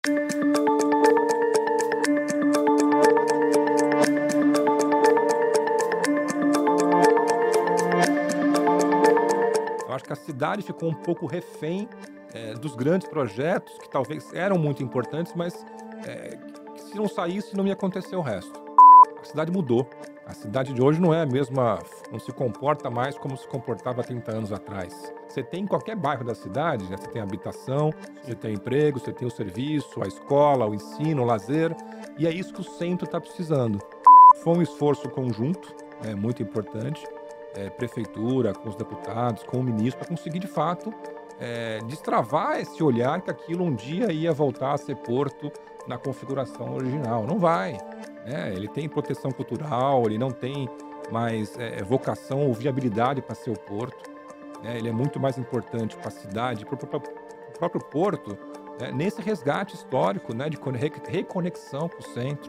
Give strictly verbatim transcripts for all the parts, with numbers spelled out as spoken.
Eu acho que a cidade ficou um pouco refém é, dos grandes projetos, que talvez eram muito importantes, mas é, que se não saísse não ia acontecer o resto. A cidade mudou. A cidade de hoje não é a mesma, não se comporta mais como se comportava há trinta anos atrás. Você tem em qualquer bairro da cidade, né? Você tem habitação, você tem emprego, você tem o serviço, a escola, o ensino, o lazer, e é isso que o centro está precisando. Foi um esforço conjunto, é muito importante, é, prefeitura, com os deputados, com o ministro, para conseguir de fato é, destravar esse olhar que aquilo um dia ia voltar a ser porto na configuração original. Não vai. Né? Ele tem proteção cultural, ele não tem mais é, vocação ou viabilidade para ser o porto. Né? Ele é muito mais importante para a cidade, para o próprio porto, né? Nesse resgate histórico, né? De reconexão com o centro.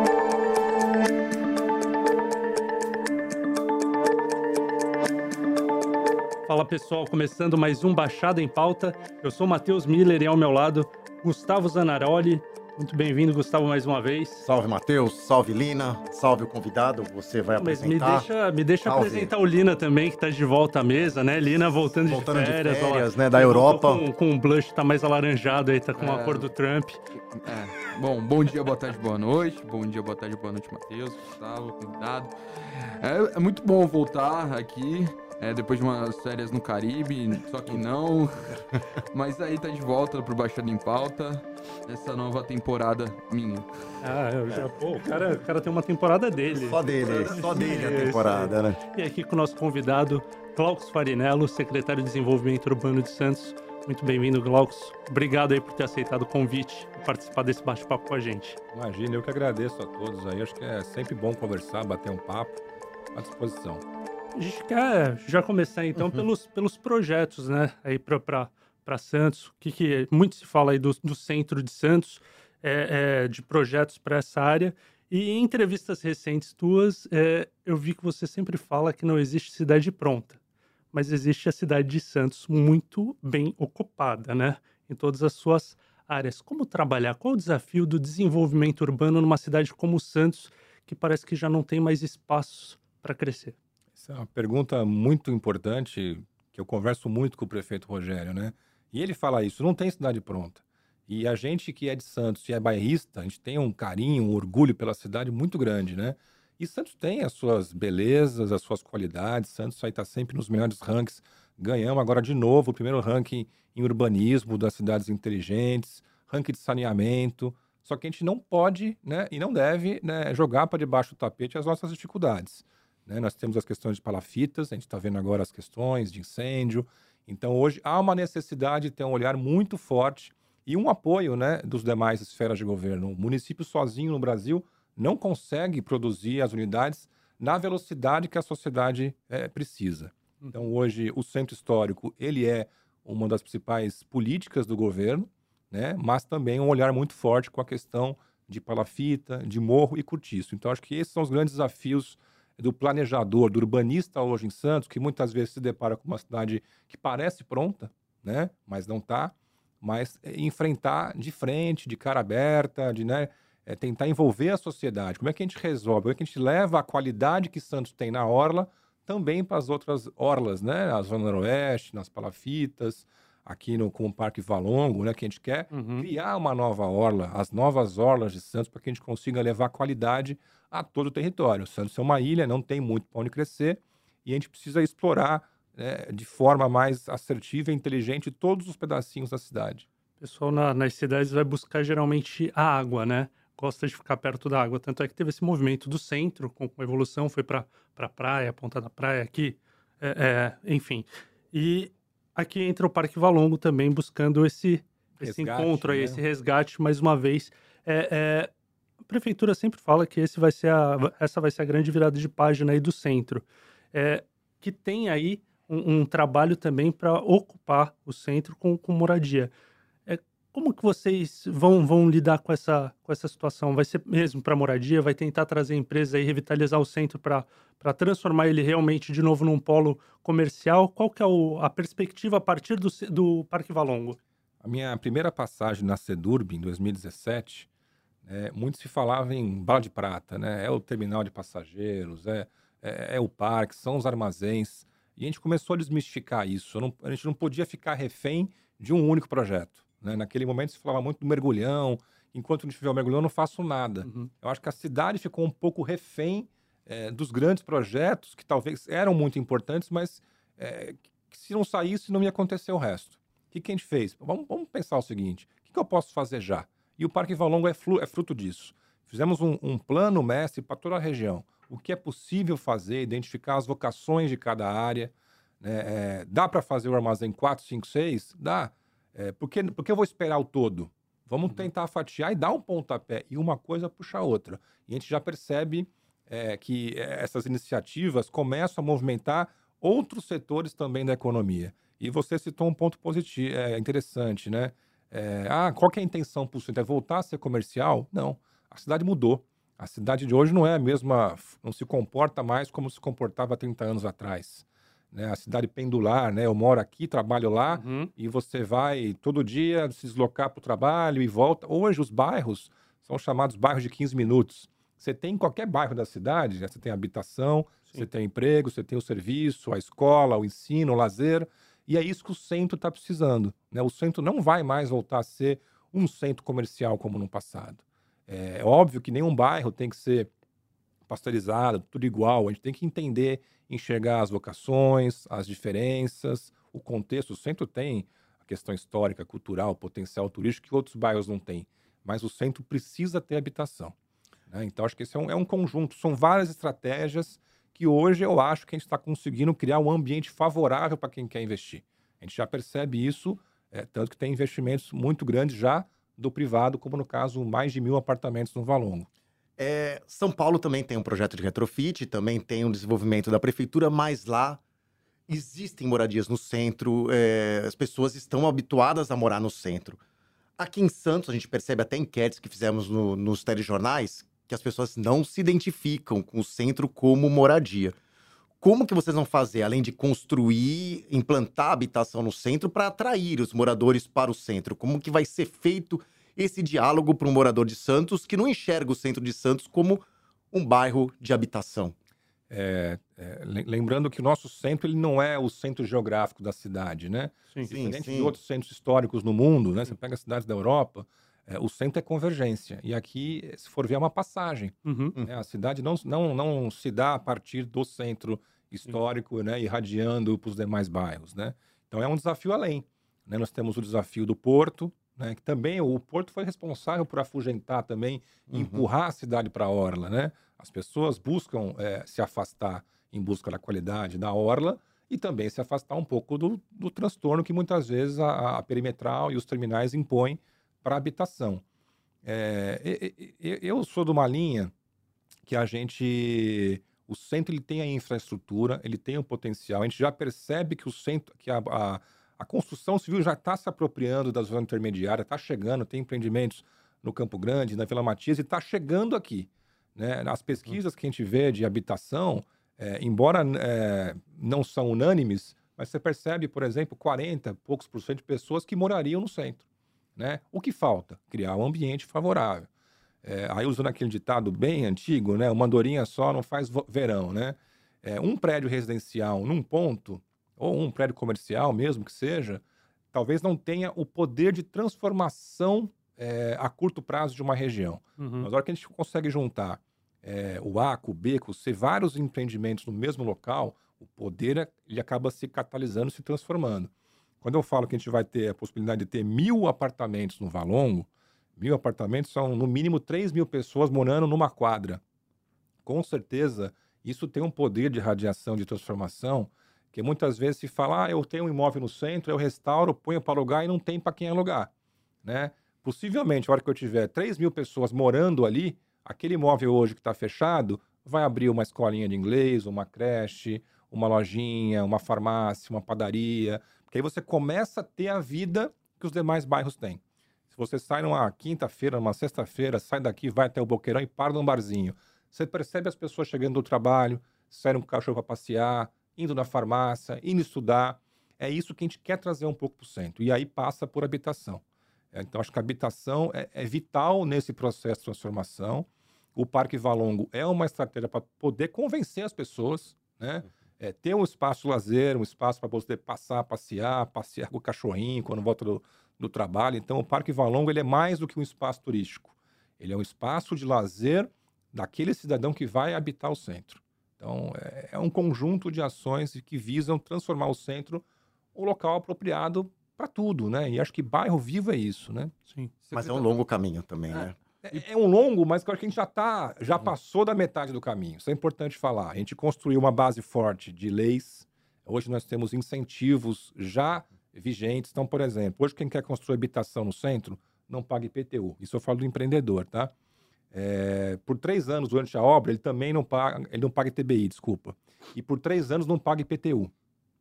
Fala pessoal, começando mais um Baixada em Pauta. Eu sou o Matheus Miller e ao meu lado, Gustavo Zanaroli. Muito bem-vindo, Gustavo, mais uma vez. Salve, Matheus. Salve, Lina. Salve o convidado. Você vai Mas apresentar. me deixa, me deixa apresentar o Lina também, que está de volta à mesa, né? Lina voltando, voltando de férias. de férias, ó, né? Da Europa. Com, com o blush tá mais alaranjado aí, tá com é... a cor do Trump. É. Bom, bom dia, boa tarde, boa noite. Bom dia, boa tarde, boa noite, Matheus, Gustavo, convidado. É, é muito bom voltar aqui. É, depois de umas férias no Caribe, só que não. Mas aí tá de volta pro Baixada em Pauta, essa nova temporada minha. Ah, eu já, pô, o cara, o cara tem uma temporada dele. Só dele, só dele a temporada, né? E aqui com o nosso convidado, Glaucus Farinello, secretário de Desenvolvimento Urbano de Santos. Muito bem-vindo, Glaucus. Obrigado aí por ter aceitado o convite e participar desse bate-papo com a gente. Imagina, eu que agradeço a todos aí. Acho que é sempre bom conversar, bater um papo, à disposição. A gente quer já começar então uhum. pelos, pelos projetos, né, aí para Santos, o que, que muito se fala aí do, do centro de Santos, é, é, de projetos para essa área, e em entrevistas recentes tuas, é, eu vi que você sempre fala que não existe cidade pronta, mas existe a cidade de Santos muito bem ocupada, né, em todas as suas áreas. Como trabalhar? Qual o desafio do desenvolvimento urbano numa cidade como Santos, que parece que já não tem mais espaço para crescer? Essa é uma pergunta muito importante, que eu converso muito com o prefeito Rogério, né? E ele fala isso, não tem cidade pronta. E a gente que é de Santos e é bairrista, a gente tem um carinho, um orgulho pela cidade muito grande, né? E Santos tem as suas belezas, as suas qualidades, Santos aí está sempre nos melhores rankings. Ganhamos agora de novo o primeiro ranking em urbanismo das cidades inteligentes, ranking de saneamento. Só que a gente não pode, né, e não deve, né, jogar para debaixo do tapete as nossas dificuldades. Né, nós temos as questões de palafitas, a gente está vendo agora as questões de incêndio. Então, hoje, há uma necessidade de ter um olhar muito forte e um apoio, né, dos demais esferas de governo. O município sozinho no Brasil não consegue produzir as unidades na velocidade que a sociedade é, precisa. Então, hoje, o centro histórico ele é uma das principais políticas do governo, né, mas também um olhar muito forte com a questão de palafita, de morro e cortiço. Então, acho que esses são os grandes desafios do planejador, do urbanista hoje em Santos, que muitas vezes se depara com uma cidade que parece pronta, né, mas não está, mas é, enfrentar de frente, de cara aberta, de, né, é, tentar envolver a sociedade. Como é que a gente resolve? Como é que a gente leva a qualidade que Santos tem na orla também para as outras orlas, né, a Zona Noroeste, nas palafitas, aqui no, com o Parque Valongo, né, que a gente quer uhum. criar uma nova orla, as novas orlas de Santos, para que a gente consiga levar qualidade a todo o território. Santos é uma ilha, não tem muito para onde crescer, e a gente precisa explorar, né, de forma mais assertiva e inteligente todos os pedacinhos da cidade. O pessoal na, nas cidades vai buscar geralmente a água, né? Gosta de ficar perto da água. Tanto é que teve esse movimento do centro, com a evolução, foi para a praia, a ponta da praia aqui, é, é, enfim. E aqui entra o Parque Valongo também, buscando esse, esse resgate, encontro aí, né? Esse resgate, mais uma vez. É, é, a prefeitura sempre fala que esse vai ser a, essa vai ser a grande virada de página aí do centro. É, que tem aí um, um trabalho também para ocupar o centro com, com moradia. É, como que vocês vão, vão lidar com essa, com essa situação? Vai ser mesmo para moradia? Vai tentar trazer empresas e revitalizar o centro para para transformar ele realmente de novo num polo comercial? Qual que é o, a perspectiva a partir do, do Parque Valongo? A A minha primeira passagem na Sedurb, em dois mil e dezessete, é, muito se falava em bala de prata, né? É o terminal de passageiros, é, é, é o parque, são os armazéns. E a gente começou a desmistificar isso. Não, a gente não podia ficar refém de um único projeto, né? Naquele momento se falava muito do mergulhão. Enquanto não tiver o mergulhão, eu não faço nada. Uhum. Eu acho que a cidade ficou um pouco refém é, dos grandes projetos, que talvez eram muito importantes, mas é, que se não saísse, não ia acontecer o resto. O que, que a gente fez? Vamos, vamos pensar o seguinte, o que, que eu posso fazer já? E o Parque Valongo é, flu, é fruto disso. Fizemos um, um plano mestre para toda a região. O que é possível fazer, identificar as vocações de cada área. Né? É, dá para fazer o armazém quatro, cinco, seis? Dá. É, por, que, por que eu vou esperar o todo? Vamos tentar fatiar e dar um pontapé. E uma coisa puxa a outra. E a gente já percebe é, que essas iniciativas começam a movimentar outros setores também da economia. E você citou um ponto positivo, é, interessante, né? É, ah, qual que é a intenção por cento? É voltar a ser comercial? Não. A cidade mudou. A cidade de hoje não é a mesma, não se comporta mais como se comportava há trinta anos atrás. Né? A cidade pendular, né? Eu moro aqui, trabalho lá, Uhum. e você vai todo dia se deslocar para o trabalho e volta. Hoje os bairros são chamados bairros de quinze minutos. Você tem em qualquer bairro da cidade, né? Você tem habitação, Sim. você tem emprego, você tem o serviço, a escola, o ensino, o lazer. E é isso que o centro está precisando. Né? O centro não vai mais voltar a ser um centro comercial como no passado. É óbvio que nenhum bairro tem que ser pasteurizado, tudo igual. A gente tem que entender, enxergar as vocações, as diferenças, o contexto. O centro tem a questão histórica, cultural, potencial turístico que outros bairros não têm. Mas o centro precisa ter habitação. Né? Então, acho que esse é um, é um conjunto. São várias estratégias que hoje eu acho que a gente está conseguindo criar um ambiente favorável para quem quer investir. A gente já percebe isso, é, tanto que tem investimentos muito grandes já do privado, como no caso, mais de mil apartamentos no Valongo. É, São Paulo também tem um projeto de retrofit, também tem um desenvolvimento da prefeitura, mas lá existem moradias no centro, é, as pessoas estão habituadas a morar no centro. Aqui em Santos, a gente percebe até enquetes que fizemos no, nos telejornais, que as pessoas não se identificam com o centro como moradia. Como que vocês vão fazer, além de construir, implantar habitação no centro, para atrair os moradores para o centro? Como que vai ser feito esse diálogo para um morador de Santos que não enxerga o centro de Santos como um bairro de habitação? É, é, lembrando que o nosso centro ele não é o centro geográfico da cidade, né? Sim. Sim, Diferente sim. de outros centros históricos no mundo, né? Você pega as cidades da Europa, é, o centro é convergência. E aqui, se for ver, é uma passagem. Uhum. Né? A cidade não, não, não se dá a partir do centro histórico, né? Irradiando para os demais bairros, né? Então é um desafio além. Né? Nós temos o desafio do porto, né? Que também o porto foi responsável por afugentar também e Uhum. empurrar a cidade para a orla, né? As pessoas buscam é, se afastar em busca da qualidade da orla e também se afastar um pouco do, do transtorno que muitas vezes a, a perimetral e os terminais impõem para a habitação. É, e- e- eu sou de uma linha que a gente... O centro ele tem a infraestrutura, ele tem o potencial. A gente já percebe que o centro, que a, a, a construção civil já está se apropriando da zona intermediária, está chegando, tem empreendimentos no Campo Grande, na Vila Matias, e está chegando aqui. Né? As pesquisas que a gente vê de habitação, é, embora é, não são unânimes, mas você percebe, por exemplo, quarenta e poucos por cento de pessoas que morariam no centro. Né? O que falta? Criar um ambiente favorável. É, aí usando aquele ditado bem antigo, né? Uma andorinha só não faz verão, né? É, um prédio residencial num ponto, ou um prédio comercial mesmo que seja, talvez não tenha o poder de transformação é, a curto prazo de uma região. Uhum. Mas na hora que a gente consegue juntar é, o A com o B, com o C, vários empreendimentos no mesmo local, o poder ele acaba se catalisando, se transformando. Quando eu falo que a gente vai ter a possibilidade de ter mil apartamentos no Valongo, mil apartamentos são no mínimo três mil pessoas morando numa quadra. Com certeza, isso tem um poder de radiação, de transformação, que muitas vezes se fala, ah, eu tenho um imóvel no centro, eu restauro, ponho para alugar e não tem para quem alugar. Né? Possivelmente, a hora que eu tiver três mil pessoas morando ali, aquele imóvel hoje que está fechado vai abrir uma escolinha de inglês, uma creche, uma lojinha, uma farmácia, uma padaria, porque aí você começa a ter a vida que os demais bairros têm. Se você sai numa quinta-feira, numa sexta-feira, sai daqui, vai até o Boqueirão e para num barzinho, você percebe as pessoas chegando do trabalho, saindo com o cachorro para passear, indo na farmácia, indo estudar. é isso que a gente quer trazer um pouco para o centro. E aí passa por habitação. É, então, acho que a habitação é, é vital nesse processo de transformação. O Parque Valongo é uma estratégia para poder convencer as pessoas, né? É, ter um espaço de lazer, um espaço para poder passar, passear, passear com o cachorrinho quando volta do, do trabalho. Então, o Parque Valongo ele é mais do que um espaço turístico. Ele é um espaço de lazer daquele cidadão que vai habitar o centro. Então, é, é um conjunto de ações que visam transformar o centro um local apropriado para tudo, né? E acho que bairro vivo é isso, né? Sim. Mas é um longo caminho também, né? É, é um longo, mas que eu acho que a gente já tá, já passou da metade do caminho. Isso é importante falar. A gente construiu uma base forte de leis. Hoje nós temos incentivos já vigentes. Então, por exemplo, hoje quem quer construir habitação no centro não paga I P T U. Isso eu falo do empreendedor, tá? É, por três anos durante a obra ele também não paga, ele não paga I T B I, desculpa. E por três anos não paga I P T U.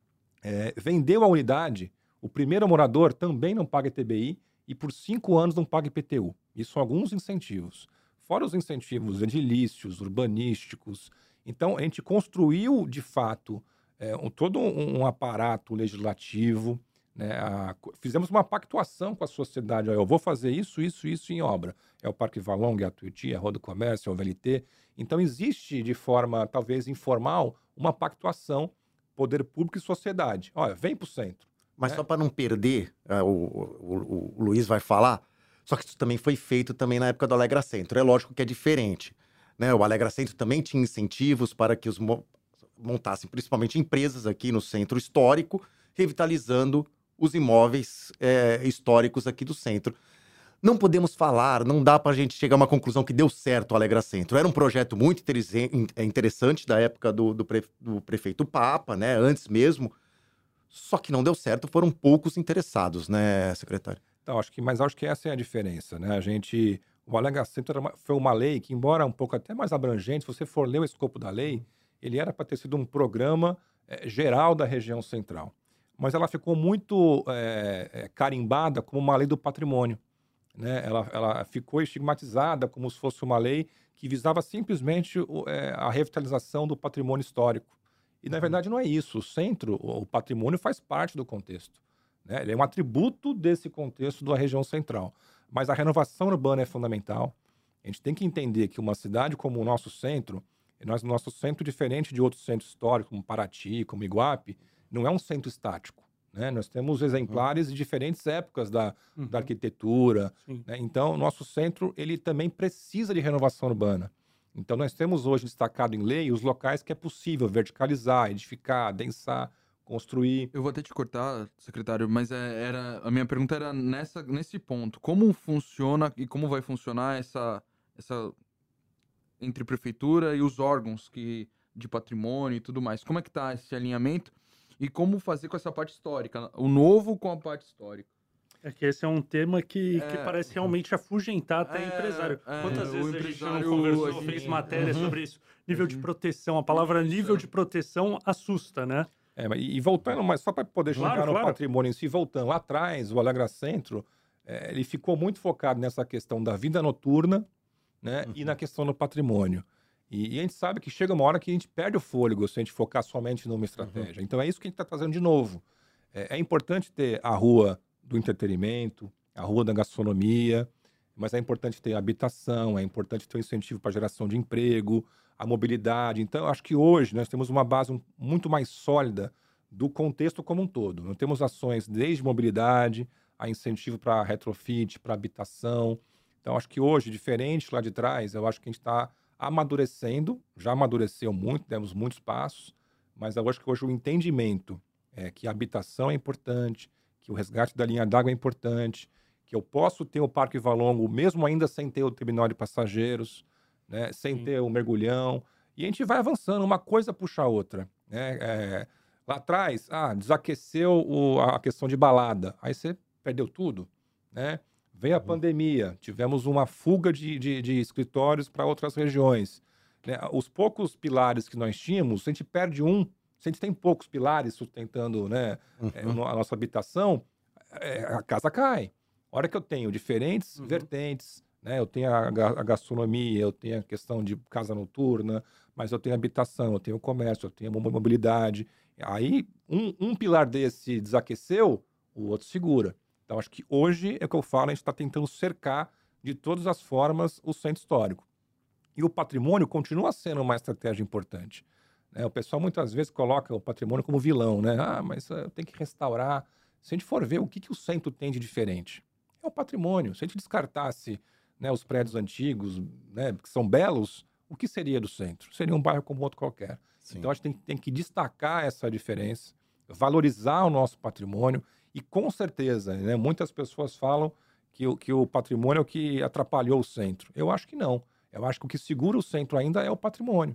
É, vendeu a unidade, o primeiro morador também não paga I T B I e por cinco anos não paga I P T U. Isso são alguns incentivos. Fora os incentivos edilícios, urbanísticos. Então, a gente construiu, de fato, é, um, todo um, um aparato legislativo. Né? A, fizemos uma pactuação com a sociedade. Ó, eu vou fazer isso, isso, isso em obra. É o Parque Valongo, é a Tuiuti, é a Rua do Comércio, é o V L T. Então, existe, de forma, talvez, informal, uma pactuação poder público e sociedade. Olha, vem para o centro. Mas É. só para não perder, uh, o, o, o Luiz vai falar, só que isso também foi feito também na época do Alegra Centro. É lógico que é diferente. Né? O Alegra Centro também tinha incentivos para que os mo montassem, principalmente empresas aqui no centro histórico, revitalizando os imóveis é, históricos aqui do centro. Não podemos falar, não dá para a gente chegar a uma conclusão que deu certo o Alegra Centro. Era um projeto muito interessante da época do, do, pre do prefeito Papa, né? Antes mesmo. Só que não deu certo, foram poucos interessados, né, secretário? Então, acho que, mas acho que essa é a diferença, né? A gente, o Alegra Centro era uma, foi uma lei que, embora um pouco até mais abrangente, se você for ler o escopo da lei, ele era para ter sido um programa é, geral da região central. Mas ela ficou muito é, é, carimbada como uma lei do patrimônio, né? Ela, ela ficou estigmatizada como se fosse uma lei que visava simplesmente o, é, a revitalização do patrimônio histórico. E, na verdade, não é isso. O centro, o patrimônio faz parte do contexto. Né? Ele é um atributo desse contexto da região central. Mas a renovação urbana é fundamental. A gente tem que entender que uma cidade como o nosso centro, nós, nosso centro, diferente de outros centros históricos, como Paraty, como Iguape, não é um centro estático. Né? Nós temos exemplares de diferentes épocas da, Uhum. da arquitetura. Sim. Né? Então, o nosso centro ele também precisa de renovação urbana. Então, nós temos hoje destacado em lei os locais que é possível verticalizar, edificar, densar, construir. Eu vou até te cortar, secretário, mas é, era, a minha pergunta era nessa, nesse ponto. Como funciona e como vai funcionar essa, essa entre prefeitura e os órgãos que, de patrimônio e tudo mais? Como é que está esse alinhamento? E como fazer com essa parte histórica? O novo com a parte histórica? É que esse é um tema que, É. que parece realmente afugentar até É, empresário. é, Quantas o vezes a gente não empresário, conversou, a gente- fez matéria Uhum. sobre isso? Nível de Uhum. proteção, a palavra Isso. nível de proteção assusta, né? É, mas- e voltando, mas só para poder chegar Claro, no claro. patrimônio em si, voltando lá atrás, o Alegra Centro, é, ele ficou muito focado nessa questão da vida noturna, né, e na questão do patrimônio. E, e a gente sabe que chega uma hora que a gente perde o fôlego se a gente focar somente numa estratégia. Então é isso que a gente está trazendo de novo. É, é importante ter a rua do entretenimento, a rua da gastronomia, mas é importante ter habitação, é importante ter um incentivo para geração de emprego, a mobilidade. Então, eu acho que hoje nós temos uma base um- muito mais sólida do contexto como um todo. Nós temos ações desde mobilidade, a incentivo para retrofit, para habitação. Então, acho que hoje, diferente lá de trás, eu acho que a gente está amadurecendo, já amadureceu muito, demos muitos passos, mas eu acho que hoje o entendimento é que a habitação é importante, que o resgate da linha d'água é importante, que eu posso ter o Parque Valongo, mesmo ainda sem ter o terminal de passageiros, né, sem Sim. ter o mergulhão, e a gente vai avançando, uma coisa puxa a outra. Né? É, lá atrás, ah, desaqueceu o- a questão de balada, aí você perdeu tudo. Né? Veio a pandemia, tivemos uma fuga de, de, de escritórios para outras regiões. Né? Os poucos pilares que nós tínhamos, se a gente perde um, se a gente tem poucos pilares sustentando, né, é, Uhum. a nossa habitação, é, a casa cai. A hora que eu tenho diferentes Uhum. vertentes, né, eu tenho a, ga- a gastronomia, eu tenho a questão de casa noturna, mas eu tenho habitação, eu tenho comércio, eu tenho mo- mobilidade. Aí, um, um pilar desse desaqueceu, o outro segura. Então, acho que hoje, é o que eu falo, a gente está tentando cercar de todas as formas o centro histórico. E o patrimônio continua sendo uma estratégia importante. Né? O pessoal muitas vezes coloca o patrimônio como vilão, né? Ah, mas uh, tem que restaurar. Se a gente for ver o que, que o centro tem de diferente, é o patrimônio. Se a gente descartasse, né, os prédios antigos, né, que são belos, o que seria do centro? Seria um bairro como outro qualquer. Sim. Então, a gente tem, tem que destacar essa diferença, valorizar o nosso patrimônio e, com certeza, né, muitas pessoas falam que o, que o patrimônio é o que atrapalhou o centro. Eu acho que não. Eu acho que o que segura o centro ainda é o patrimônio.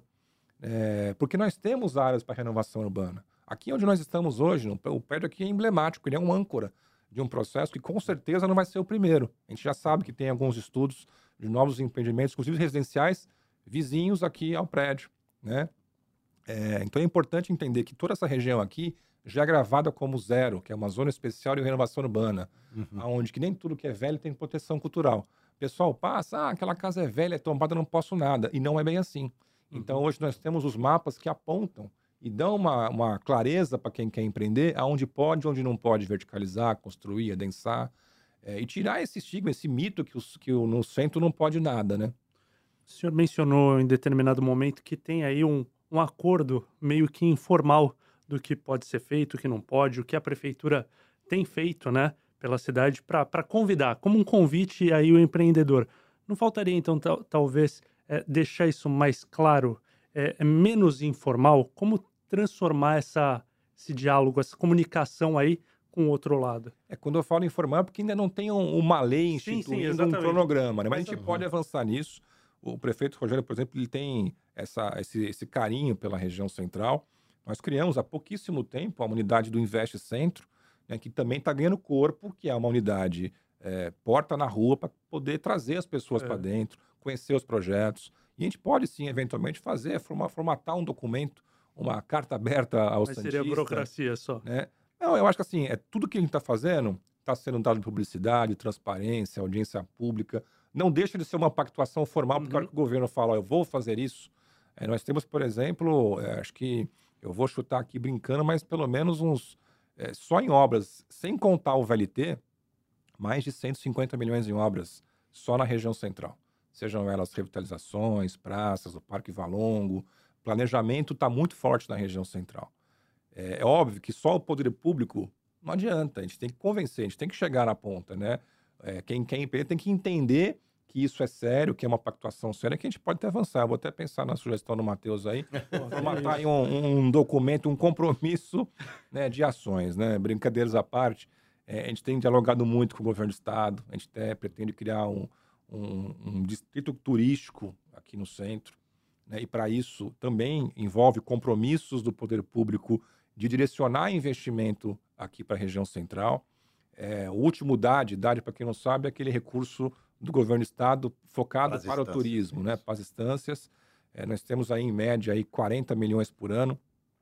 É, porque nós temos áreas para renovação urbana. Aqui onde nós estamos hoje, o prédio aqui é emblemático, ele é um âncora de um processo que com certeza não vai ser o primeiro. A gente já sabe que tem alguns estudos de novos empreendimentos, inclusive residenciais, vizinhos aqui ao prédio, né? É, então é importante entender que toda essa região aqui já é gravada como zero, que é uma zona especial de renovação urbana, Uhum. onde que nem tudo que é velho tem proteção cultural. O pessoal passa, ah, aquela casa é velha, é tombada, não posso nada. E não é bem assim. Então hoje nós temos os mapas que apontam e dão uma, uma clareza para quem quer empreender, aonde pode, onde não pode verticalizar, construir, adensar, é, e tirar esse estigma, esse mito que, os, que o, no centro não pode nada, né? O senhor mencionou em determinado momento que tem aí um, um acordo meio que informal do que pode ser feito, o que não pode, o que a prefeitura tem feito, né, pela cidade para convidar, como um convite aí o empreendedor. Não faltaria, então, tal, talvez, é, deixar isso mais claro, é, é menos informal? Como transformar essa, esse diálogo, essa comunicação aí com o outro lado? É, quando eu falo informal, é porque ainda não tem um, uma lei Sim, sim, instituindo um exatamente. cronograma, né? Mas a Mas, gente uhum. pode avançar nisso. O prefeito Rogério, por exemplo, ele tem essa, esse, esse carinho pela região central. Nós criamos há pouquíssimo tempo a unidade do Investe Centro, né, que também está ganhando corpo, que é uma unidade é, porta na rua para poder trazer as pessoas É. para dentro, conhecer os projetos. E a gente pode, sim, eventualmente fazer, formatar um documento, uma carta aberta ao Mas Santista. seria burocracia só. Né? Não, eu acho que assim, é tudo que a gente está fazendo está sendo dado publicidade, transparência, audiência pública. Não deixa de ser uma pactuação formal, porque a hora que o governo fala, ó, eu vou fazer isso. É, nós temos, por exemplo, é, acho que eu vou chutar aqui brincando, mas pelo menos uns, é, só em obras, sem contar o V L T, mais de cento e cinquenta milhões em obras só na região central. Sejam elas revitalizações, praças, o Parque Valongo. Planejamento está muito forte na região central. É, é óbvio que só o poder público não adianta, a gente tem que convencer, a gente tem que chegar na ponta, né? É, quem quer empreender tem que entender que isso é sério, que é uma pactuação séria, que a gente pode até avançar. Eu vou até pensar na sugestão do Matheus aí, formatar aí um, um documento, um compromisso, né, de ações, né? Brincadeiras à parte, é, a gente tem dialogado muito com o governo do estado, a gente até pretende criar um, um, um distrito turístico aqui no centro, né? E para isso também envolve compromissos do poder público de direcionar investimento aqui para a região central. É, o último D A D, D A D, para quem não sabe, é aquele recurso do governo do estado focado para, para o turismo, né, para as estâncias. É, nós temos aí, em média, aí, quarenta milhões por ano.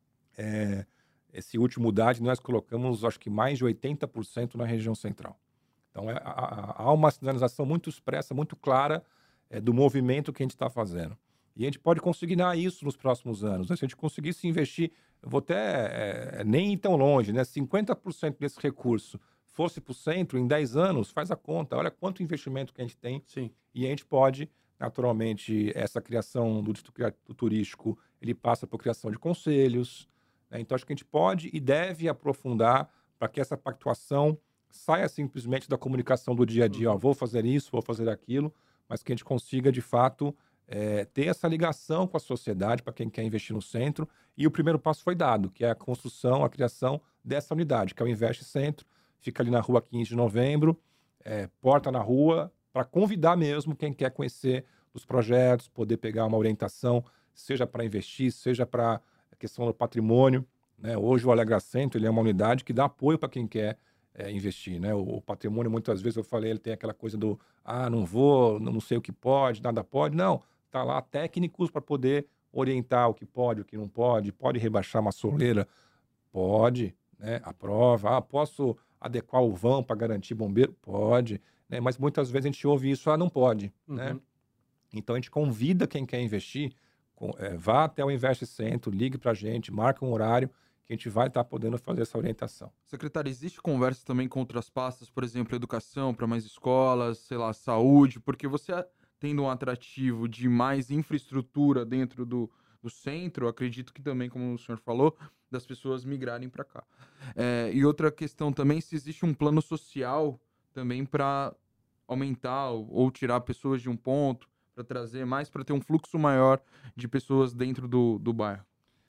É, esse último D A D, nós colocamos, acho que mais de oitenta por cento na região central. Então, é, há, há uma sinalização muito expressa, muito clara, é, do movimento que a gente está fazendo. E a gente pode consignar isso nos próximos anos. Né? Se a gente conseguisse investir, eu vou até é, nem ir tão longe, né? cinquenta por cento desse recurso fosse para o centro, em dez anos, faz a conta. Olha quanto investimento que a gente tem. Sim. E a gente pode, naturalmente, essa criação do distrito turístico, ele passa por criação de conselhos. Né? Então, acho que a gente pode e deve aprofundar para que essa pactuação saia simplesmente da comunicação do dia a dia. Uhum. Ó, vou fazer isso, vou fazer aquilo, mas que a gente consiga, de fato, É, ter essa ligação com a sociedade para quem quer investir no centro. E o primeiro passo foi dado, que é a construção, a criação dessa unidade, que é o Investe Centro, fica ali na rua quinze de novembro, é, porta na rua, para convidar mesmo quem quer conhecer os projetos, poder pegar uma orientação, seja para investir, seja para a questão do patrimônio. Né? Hoje o Alegra Centro, ele é uma unidade que dá apoio para quem quer é, investir. Né? O, o patrimônio, muitas vezes eu falei, ele tem aquela coisa do, ah, não vou, não sei o que pode, nada pode. Não, tá lá técnicos para poder orientar o que pode, o que não pode. Pode rebaixar uma soleira? Pode, né? Aprova. Ah, posso adequar o vão para garantir bombeiro? Pode. Né? Mas muitas vezes a gente ouve isso, ah, não pode. Uhum. Né? Então a gente convida quem quer investir, com, é, vá até o Investe Centro, ligue para a gente, marque um horário, que a gente vai estar podendo fazer essa orientação. Secretário, existe conversa também com outras pastas, por exemplo, educação para mais escolas, sei lá, saúde, porque você tendo um atrativo de mais infraestrutura dentro do, do centro, acredito que também, como o senhor falou, das pessoas migrarem para cá. É, e outra questão também, se existe um plano social também para aumentar ou, ou tirar pessoas de um ponto, para trazer mais, para ter um fluxo maior de pessoas dentro do, do bairro.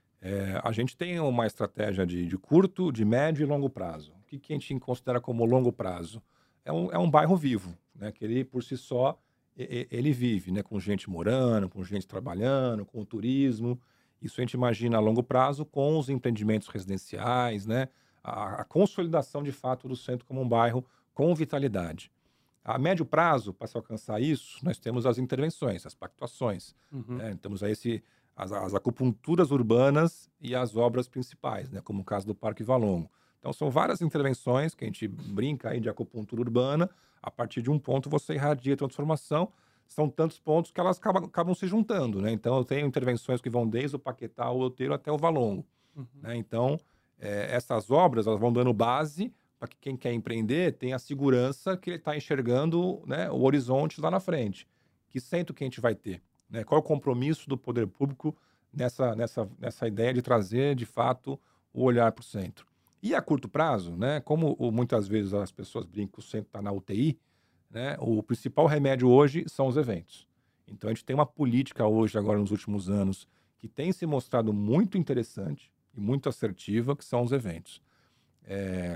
É, a gente tem uma estratégia de, de curto, de médio e longo prazo. O que, que a gente considera como longo prazo? É um, é um bairro vivo, né? Que ele, por si só, e, ele vive, né? Com gente morando, com gente trabalhando, com o turismo. Isso a gente imagina a longo prazo com os empreendimentos residenciais, né? A, a consolidação, de fato, do centro como um bairro com vitalidade. A médio prazo, para se alcançar isso, nós temos as intervenções, as pactuações. Uhum. Né? Temos aí esse... As, as acupunturas urbanas e as obras principais, né? Como o caso do Parque Valongo. Então, são várias intervenções que a gente brinca aí de acupuntura urbana. A partir de um ponto, você irradia a transformação. São tantos pontos que elas acabam, acabam se juntando, né? Então, eu tenho intervenções que vão desde o Paquetá, o Outeiro, até o Valongo. Uhum. Né? Então, é, essas obras elas vão dando base para que quem quer empreender tenha a segurança que ele está enxergando, né, o horizonte lá na frente. Que centro que a gente vai ter? Né? Qual é o compromisso do poder público nessa, nessa, nessa ideia de trazer, de fato, o olhar para o centro? E a curto prazo, né? Como o, muitas vezes as pessoas brincam que o centro está na U T I, né? O principal remédio hoje são os eventos. Então, a gente tem uma política hoje, agora nos últimos anos, que tem se mostrado muito interessante e muito assertiva, que são os eventos. É...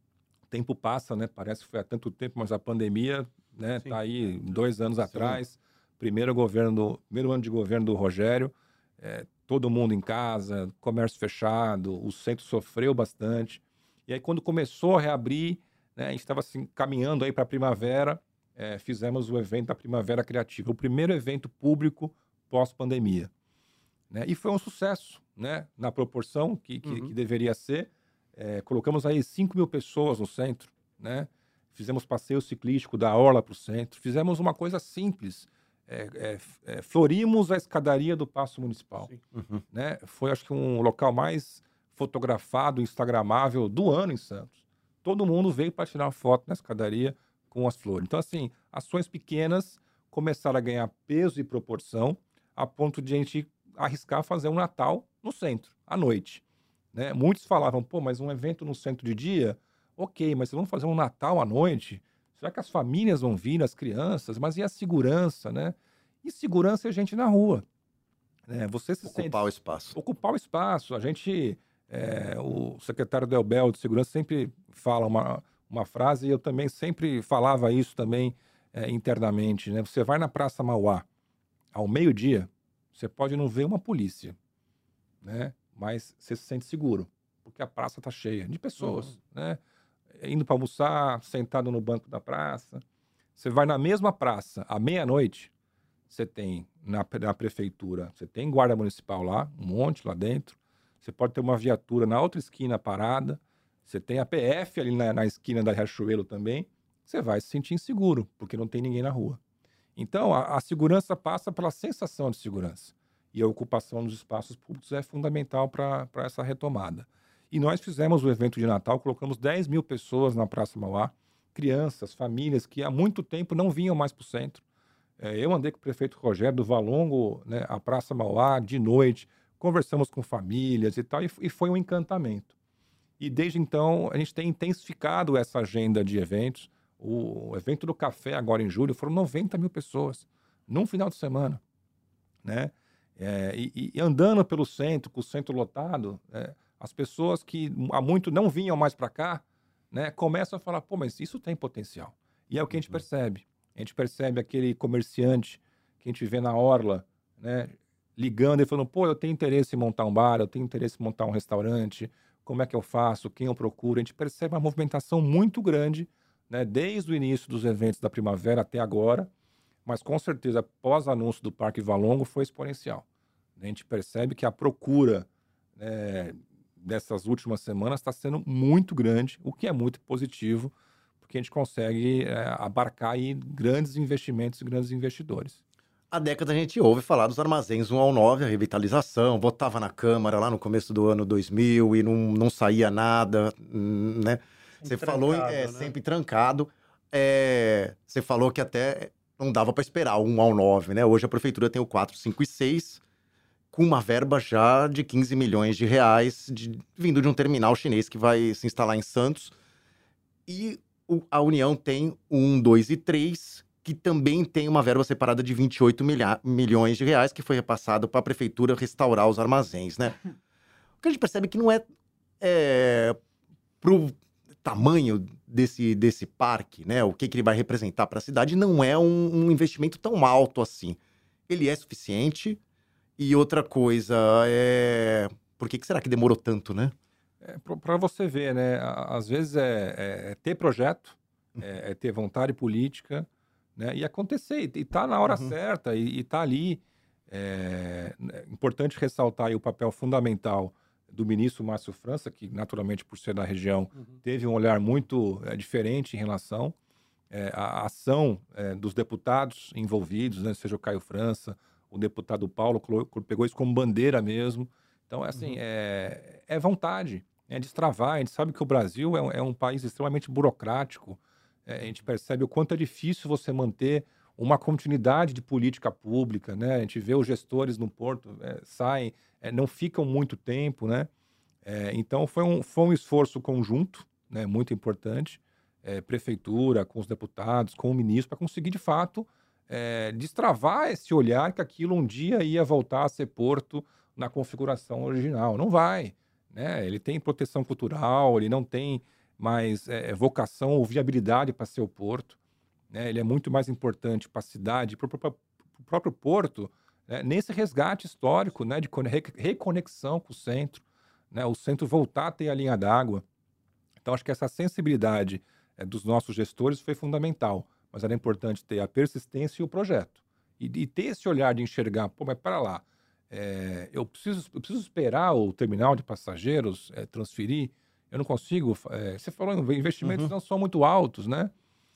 O tempo passa, né? Parece que foi há tanto tempo, mas a pandemia, né? Está aí dois anos Sim. atrás. Primeiro, governo, primeiro ano de governo do Rogério, é, todo mundo em casa, comércio fechado, o centro sofreu bastante. E aí, quando começou a reabrir, né, a gente estava assim, caminhando aí para a primavera, é, fizemos o evento da Primavera Criativa, o primeiro evento público pós-pandemia. Né? E foi um sucesso, né, na proporção que, que, uhum. que deveria ser. É, colocamos aí cinco mil pessoas no centro, né? Fizemos passeio ciclístico da orla para o centro, fizemos uma coisa simples. É, é, é, florimos a escadaria do Paço Municipal. Uhum. Né? Foi, acho que, um local mais fotografado, instagramável do ano em Santos. Todo mundo veio para tirar foto na escadaria com as flores. Então, assim, ações pequenas começaram a ganhar peso e proporção a ponto de a gente arriscar fazer um Natal no centro, à noite. Né? Muitos falavam, pô, mas um evento no centro de dia? Ok, mas vamos fazer um Natal à noite? Será que as famílias vão vir, as crianças? Mas e a segurança, né? E segurança é gente na rua. Né? Você se Ocupar sente... o espaço. Ocupar o espaço. A gente... É, o secretário Del Bel de Segurança sempre fala uma, uma frase, e eu também sempre falava isso também é, internamente. Né? Você vai na Praça Mauá, ao meio-dia, você pode não ver uma polícia, né? Mas você se sente seguro, porque a praça está cheia de pessoas, uhum. né? Indo para almoçar, sentado no banco da praça. Você vai na mesma praça, à meia-noite, você tem na, na prefeitura, você tem guarda municipal lá, um monte lá dentro. Você pode ter uma viatura na outra esquina parada. Você tem a P F ali na, na esquina da Riachuelo também. Você vai se sentir inseguro, porque não tem ninguém na rua. Então, a, a segurança passa pela sensação de segurança. E a ocupação dos espaços públicos é fundamental para essa retomada. E nós fizemos o evento de Natal, colocamos dez mil pessoas na Praça Mauá, crianças, famílias que há muito tempo não vinham mais para o centro. É, eu andei com o prefeito Rogério do Valongo, né, a Praça Mauá, de noite, conversamos com famílias e tal, e, e foi um encantamento. E desde então, a gente tem intensificado essa agenda de eventos. O evento do café, agora em julho, foram noventa mil pessoas, num final de semana. Né? É, e, e andando pelo centro, com o centro lotado, é, as pessoas que há muito não vinham mais para cá, né, começam a falar, pô, mas isso tem potencial. E é o que a gente percebe. A gente percebe aquele comerciante que a gente vê na orla, né, ligando e falando, pô, eu tenho interesse em montar um bar, eu tenho interesse em montar um restaurante, como é que eu faço, quem eu procuro. A gente percebe uma movimentação muito grande, né, desde o início dos eventos da primavera até agora, mas com certeza, pós-anúncio do Parque Valongo, foi exponencial. A gente percebe que a procura, né, dessas últimas semanas está sendo muito grande, o que é muito positivo, porque a gente consegue é, abarcar aí grandes investimentos e grandes investidores. há décadas a gente ouve falar dos armazéns um ao nove, a revitalização, votava na Câmara lá no começo do ano dois mil e não, não saía nada, né? Você falou, em- é, né? sempre trancado. É, você falou que até não dava para esperar o um ao nove, né? Hoje a prefeitura tem o quatro, cinco e seis, com uma verba já de quinze milhões de reais, de- vindo de um terminal chinês que vai se instalar em Santos. E o- a União tem o um, dois e três, que também tem uma verba separada de vinte e oito milha- milhões de reais, que foi repassado para a prefeitura restaurar os armazéns, né? O que a gente percebe que não é, é pro tamanho desse, desse parque, né? O que, que ele vai representar para a cidade, não é um, um investimento tão alto assim. Ele é suficiente. E outra coisa, é... por que, que será que demorou tanto, né? É, para você ver, né? a- Às vezes é, é- é ter projeto, é, é ter vontade política, né? E acontecer, e tá na hora Uhum. certa, e, e tá ali. É, é importante ressaltar aí o papel fundamental do ministro Márcio França, que naturalmente, por ser da região, teve um olhar muito é, diferente em relação é, à ação é, dos deputados envolvidos, né? Seja o Caio França, o deputado Paulo, colo- pegou isso como bandeira mesmo. Então, é assim, Uhum. é, é vontade, é destravar. A gente sabe que o Brasil é um, é um país extremamente burocrático. É, a gente percebe o quanto é difícil você manter uma continuidade de política pública, né? A gente vê os gestores no Porto é, saem, é, não ficam muito tempo, né? É, então foi um, foi um esforço conjunto, né? Muito importante, é, prefeitura, com os deputados, com o ministro, para conseguir de fato é, destravar esse olhar que aquilo um dia ia voltar a ser Porto na configuração original. Não vai, né? Ele tem proteção cultural, ele não tem mais é, vocação ou viabilidade para ser o Porto, né? Ele é muito mais importante para a cidade, para o próprio Porto, né? Nesse resgate histórico, né? De cone- re- reconexão com o centro, né? O centro voltar a ter a linha d'água. Então, acho que essa sensibilidade eh, dos nossos gestores foi fundamental, mas era importante ter a persistência e o projeto. E, e ter esse olhar de enxergar, pô, mas para lá, eh, eu, preciso, eu preciso esperar o terminal de passageiros eh, transferir, eu não consigo. eh, você falou, investimentos Uhum. não são muito altos, né?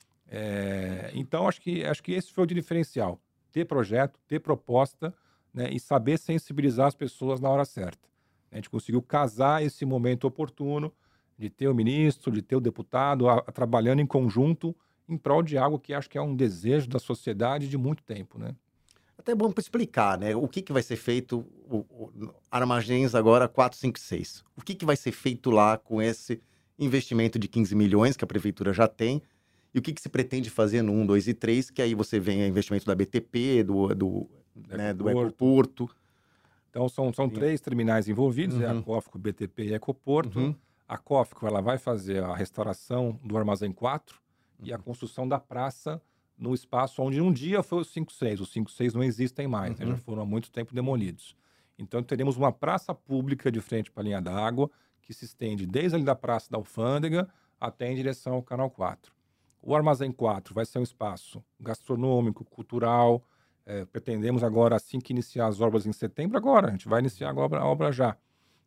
É, então, acho que, acho que esse foi o diferencial. Ter projeto, ter proposta, né, e saber sensibilizar as pessoas na hora certa. A gente conseguiu casar esse momento oportuno de ter o ministro, de ter o deputado a- a- trabalhando em conjunto em prol de algo que acho que é um desejo da sociedade de muito tempo, né? Até é bom para explicar, né? O que, que vai ser feito, o, o- no- armazéns agora quatro, cinco, seis. O que, que vai ser feito lá com esse investimento de quinze milhões que a prefeitura já tem? E o que, que se pretende fazer no um, dois e três, que aí você vem a investimento da B T P, do, do, né, do Ecoporto. Ecoporto. Então, são, são Sim. três terminais envolvidos, é a Uhum. Cofco, B T P e Ecoporto. Uhum. A Cofco ela vai fazer a restauração do Armazém quatro e a construção da praça no espaço onde um dia foi o cinco seis. Os cinco seis não existem mais, né? Uhum. Já foram há muito tempo demolidos. Então, teremos uma praça pública de frente para a linha d'água, que se estende desde ali da Praça da Alfândega até em direção ao Canal quatro. O Armazém quatro vai ser um espaço gastronômico, cultural. É, pretendemos agora, assim que iniciar as obras em setembro, agora, a gente vai iniciar a obra, a obra já.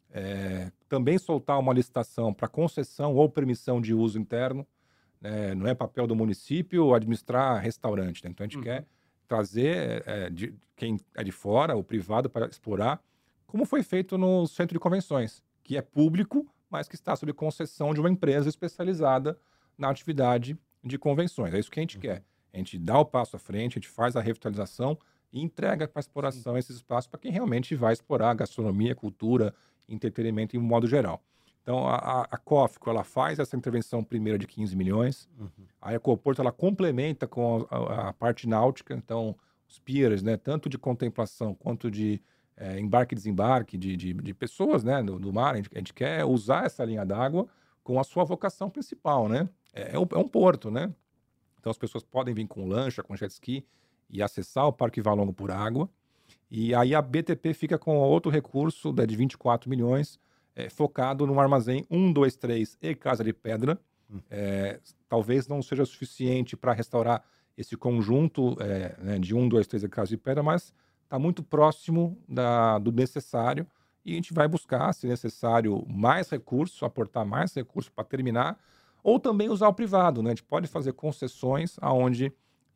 É, também soltar uma licitação para concessão ou permissão de uso interno. Né? Não é papel do município administrar restaurante, né? Então a gente Uhum. quer trazer é, de, quem é de fora, o privado, para explorar, como foi feito no centro de convenções, que é público, mas que está sob concessão de uma empresa especializada na atividade de convenções. É isso que a gente quer. A gente dá o passo à frente, a gente faz a revitalização e entrega para exploração esses espaços para quem realmente vai explorar gastronomia, cultura, entretenimento em um modo geral. Então, a, a, a Cofco, ela faz essa intervenção primeira de quinze milhões. Uhum. A Ecoporto, ela complementa com a, a- a parte náutica. Então, os piers, né, tanto de contemplação quanto de eh, embarque e desembarque de, de, de pessoas, né, no, no mar. A gente, a gente quer usar essa linha d'água com a sua vocação principal, né? É, é um, é um porto, né? Então, as pessoas podem vir com lancha, com jet ski e acessar o Parque Valongo por água. E aí a B T P fica com outro recurso né, de vinte e quatro milhões, é, focado no armazém um, dois, três e Casa de Pedra. É, talvez não seja suficiente para restaurar esse conjunto é, né, de um, dois, três e Casa de Pedra, mas está muito próximo da, do necessário e a gente vai buscar, se necessário, mais recursos, aportar mais recursos para terminar, ou também usar o privado. Né? A gente pode fazer concessões aonde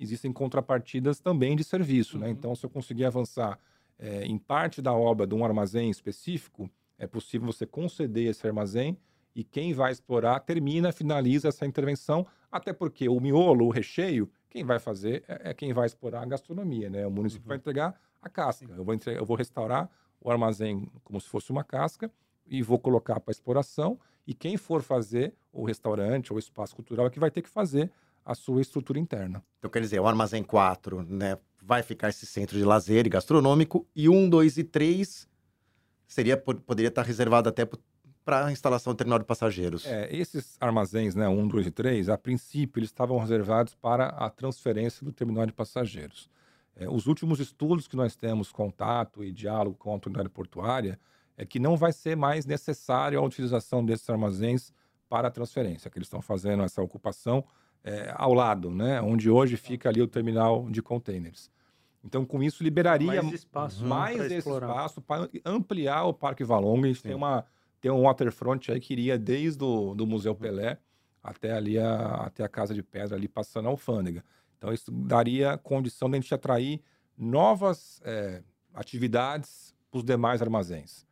existem contrapartidas também de serviço, Uhum. né? Então, se eu conseguir avançar é, em parte da obra de um armazém específico, é possível você conceder esse armazém e quem vai explorar termina, finaliza essa intervenção, até porque o miolo, o recheio, quem vai fazer é, é quem vai explorar a gastronomia, né? O município Uhum. vai entregar a casca. Eu vou, entre... eu vou restaurar o armazém como se fosse uma casca e vou colocar para exploração. E quem for fazer o restaurante ou o espaço cultural é que vai ter que fazer a sua estrutura interna. Então, quer dizer, o Armazém quatro, né, vai ficar esse centro de lazer e gastronômico, e um, dois e três seria, poderia estar reservado até para a instalação do terminal de passageiros. É, esses armazéns, né, um, dois e três, a princípio eles estavam reservados para a transferência do terminal de passageiros. É, os últimos estudos que nós temos, contato e diálogo com a autoridade portuária, é que não vai ser mais necessário a utilização desses armazéns para a transferência, que eles estão fazendo essa ocupação é, ao lado, né, onde hoje fica ali o terminal de containers. Então, com isso, liberaria Mais espaço mais pra esse explorar. espaço para ampliar o Parque Valongo. A gente tem, uma, tem um waterfront aí que iria desde o do Museu Pelé até ali a, até a Casa de Pedra, ali passando a alfândega. Então, isso daria condição de a gente atrair novas é, atividades para os demais armazéns.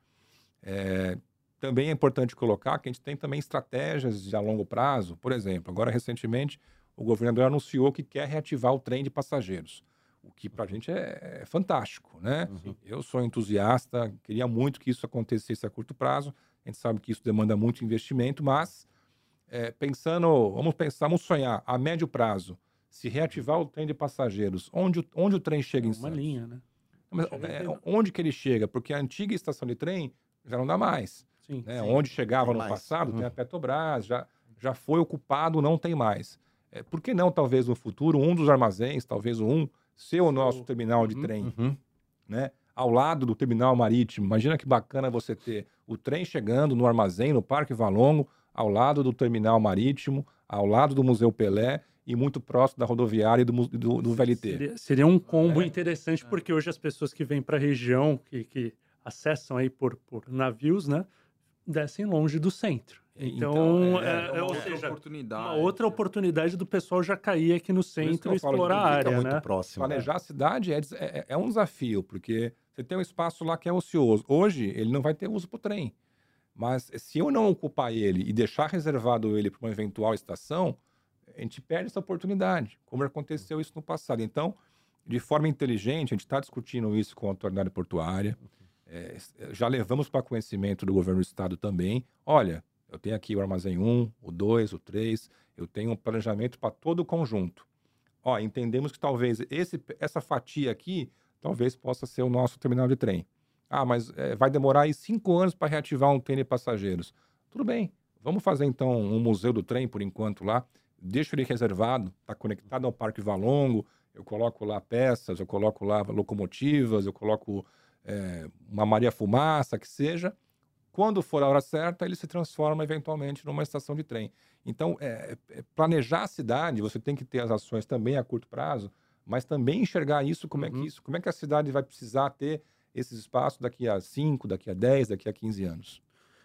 É, também é importante colocar que a gente tem também estratégias de a longo prazo. Por exemplo, agora recentemente o governador anunciou que quer reativar o trem de passageiros, o que para a gente é, é fantástico, né? Uhum. Eu sou entusiasta, queria muito que isso acontecesse a curto prazo. A gente sabe que isso demanda muito investimento, mas é, pensando, vamos pensar, vamos sonhar a médio prazo, se reativar o trem de passageiros, onde, o- onde o trem chega É em uma Santos? linha, né? Mas, Chega é, inteiro. onde que ele chega? Porque a antiga estação de trem já não dá mais. Sim. Né? Sim, Onde chegava tem no mais. passado, Uhum. tem a Petrobras, já, já foi ocupado, não tem mais. É, por que não, talvez, no futuro, um dos armazéns, talvez um, ser o nosso terminal de Uhum. trem, Uhum. né? Ao lado do terminal marítimo. Imagina que bacana você ter o trem chegando no armazém, no Parque Valongo, ao lado do terminal marítimo, ao lado do Museu Pelé e muito próximo da rodoviária e do, mu- do, do V L T. Seria, seria um combo É. interessante, porque hoje as pessoas que vêm para a região, que, que acessam aí por, por navios, né, descem longe do centro. Então, Então, é, é, é, ou outra seja, oportunidade. uma outra oportunidade do pessoal já cair aqui no isso que centro eu e falo que explorar não a fica área, muito né? próximo. Planejar a cidade é, des- é- é um desafio, porque você tem um espaço lá que é ocioso. Hoje, ele não vai ter uso para o trem. Mas se eu não ocupar ele e deixar reservado ele para uma eventual estação, a gente perde essa oportunidade, como aconteceu isso no passado. Então, de forma inteligente, a gente está discutindo isso com a autoridade portuária. É, já levamos para conhecimento do governo do estado também. Olha, eu tenho aqui o armazém um, o dois, o três, eu tenho um planejamento para todo o conjunto. Ó, entendemos que talvez esse, essa fatia aqui, talvez possa ser o nosso terminal de trem. Ah, mas é, vai demorar aí cinco anos para reativar um trem de passageiros. Tudo bem, vamos fazer então um museu do trem por enquanto lá. Deixo ele reservado, está conectado ao Parque Valongo. Eu coloco lá peças, eu coloco lá locomotivas, eu coloco é, uma Maria Fumaça, que seja. Quando for a hora certa, ele se transforma eventualmente numa estação de trem. Então, é, é, planejar a cidade, você tem que ter as ações também a curto prazo, mas também enxergar isso, como é que Uhum. isso, como é que a cidade vai precisar ter esses espaços daqui a cinco, daqui a dez, daqui a quinze anos.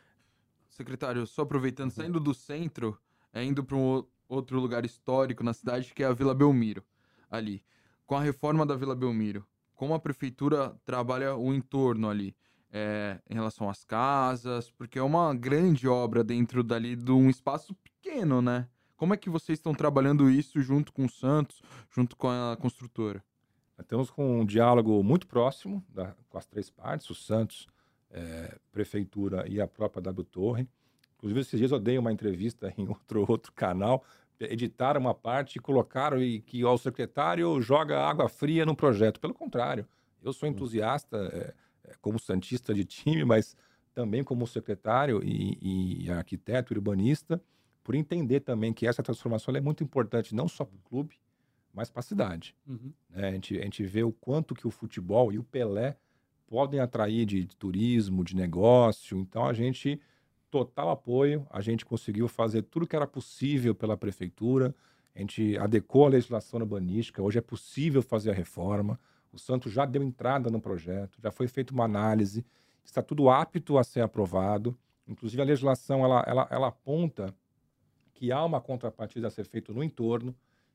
Secretário, só aproveitando, saindo do centro, é, indo para um o- outro lugar histórico na cidade, que é a Vila Belmiro, ali. Com a reforma da Vila Belmiro, como a prefeitura trabalha o entorno ali, é, em relação às casas, porque é uma grande obra dentro dali de um espaço pequeno, né? Como é que vocês estão trabalhando isso junto com o Santos, junto com a construtora? Nós estamos com um diálogo muito próximo da- com as três partes, o Santos, eh, Prefeitura e a própria W Torre. Inclusive, esses dias eu dei uma entrevista em outro, outro canal, editaram uma parte e colocaram e que ó, o secretário joga água fria no projeto. Pelo contrário, eu sou entusiasta, eh, eh, como santista de time, mas também como secretário e, e arquiteto urbanista, por entender também que essa transformação ela é muito importante, não só para o clube, mas para a cidade. Uhum. Né? A gente, a gente vê o quanto que o futebol e o Pelé podem atrair de, de turismo, de negócio. Então, a gente, total apoio, a gente conseguiu fazer tudo que era possível pela prefeitura, a gente adequou a legislação urbanística, hoje é possível fazer a reforma, o Santos já deu entrada no projeto, já foi feita uma análise, está tudo apto a ser aprovado. Inclusive, a legislação ela, ela, ela aponta que há uma contrapartida a ser feita no entorno.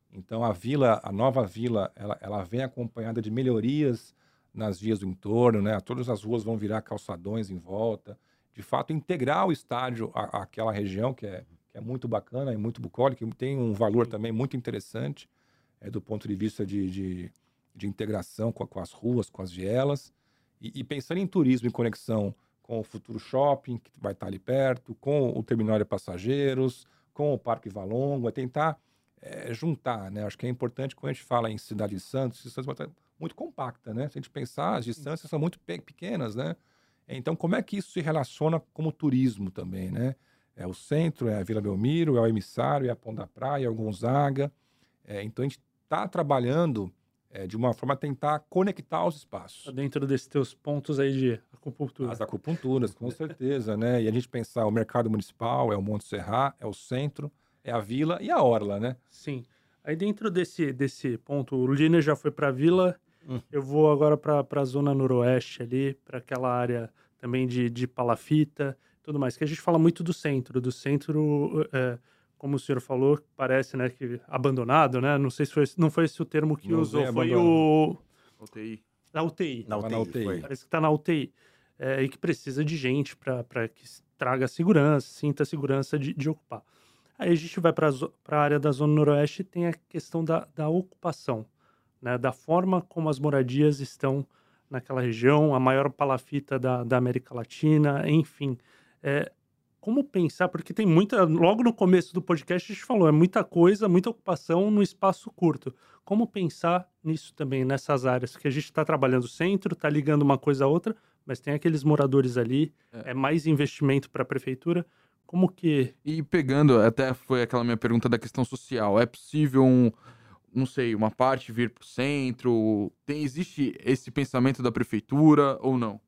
Então, a vila, a nova vila, ela, ela vem acompanhada de melhorias nas vias do entorno, né? Todas as ruas vão virar calçadões em volta. De fato, integrar o estádio à, àquela região, que é, que é muito bacana e muito bucólica, que tem um valor também muito interessante, é, do ponto de vista de, de, de integração com, com as ruas, com as vielas. E, e pensando em turismo em conexão com o futuro shopping, que vai estar ali perto, com o terminal de passageiros, com o Parque Valongo, é tentar é, juntar, né? Acho que é importante quando a gente fala em Cidade de Santos, Cidade de Santos é muito compacta, né? Se a gente pensar, as distâncias são muito pe- pequenas, né? Então, como é que isso se relaciona como turismo também, né? É o centro, é a Vila Belmiro, é o Emissário, é a Pão da Praia, é o Gonzaga. É, então, a gente está trabalhando é, de uma forma a tentar conectar os espaços. Tá dentro desses teus pontos aí de acupuntura. As acupunturas, com certeza, né? E a gente pensar o mercado municipal, é o Monte Serrat, é o centro, é a vila e a orla, né? Sim. Aí dentro desse, desse ponto, o Liner já foi para a vila, hum. eu vou agora para a zona noroeste ali, para aquela área também de, de palafita, tudo mais, que a gente fala muito do centro, do centro, é, como o senhor falou, parece, né, que abandonado, né? Não sei se foi, não foi esse o termo que Não usou, foi foi abandonado. o... U T I. Na U T I. Na U T I, Na U T I. foi. Parece que está na U T I. É, e que precisa de gente para que traga segurança, sinta segurança de, de ocupar. Aí a gente vai para a área da Zona Noroeste e tem a questão da, da ocupação, né? Da forma como as moradias estão naquela região, a maior palafita da, da América Latina, enfim. É, como pensar, porque tem muita... Logo no começo do podcast a gente falou, é muita coisa, muita ocupação no espaço curto. Como pensar nisso também, nessas áreas? Porque a gente está trabalhando o centro, está ligando uma coisa a outra, mas tem aqueles moradores ali, é, é mais investimento para a prefeitura. Como que... E pegando, até foi aquela minha pergunta da questão social, é possível, um, não sei, uma parte vir para o centro? Tem, existe esse pensamento da prefeitura ou não?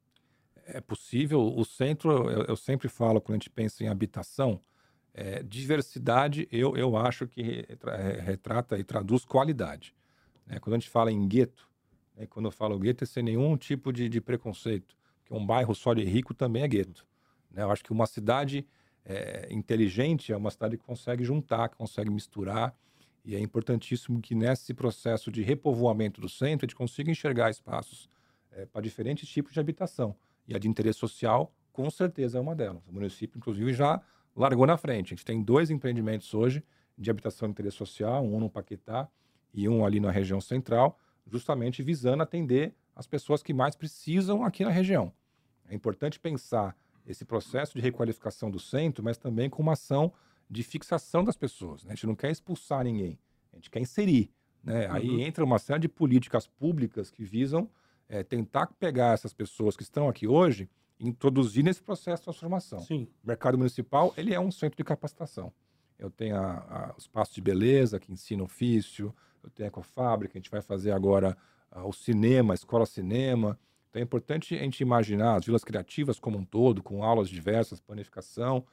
É possível. O centro, eu, eu sempre falo, quando a gente pensa em habitação, é, diversidade, eu, eu acho que retra- retrata e traduz qualidade. Né? Quando a gente fala em gueto, né? Quando eu falo gueto é sem nenhum tipo de, de preconceito, porque um bairro só de rico também é gueto. Né? Eu acho que uma cidade... É, inteligente é uma cidade que consegue juntar, que consegue misturar, e é importantíssimo que nesse processo de repovoamento do centro a gente consiga enxergar espaços é, para diferentes tipos de habitação, e a de interesse social com certeza é uma delas. O município inclusive já largou na frente. A gente tem dois empreendimentos hoje de habitação de interesse social, um no Paquetá e um ali na região central, justamente visando atender as pessoas que mais precisam aqui na região. É importante pensar esse processo de requalificação do centro, mas também com uma ação de fixação das pessoas. Né? A gente não quer expulsar ninguém, a gente quer inserir. Né? Uhum. Aí entra uma série de políticas públicas que visam é, tentar pegar essas pessoas que estão aqui hoje e introduzir nesse processo de transformação. Sim. O mercado municipal, ele é um centro de capacitação. Eu tenho a, a, o espaço de beleza, que ensina ofício, eu tenho a Ecofábrica, a gente vai fazer agora a, o cinema, a escola cinema. Então é importante a gente imaginar as vilas criativas como um todo, com aulas diversas, planificação,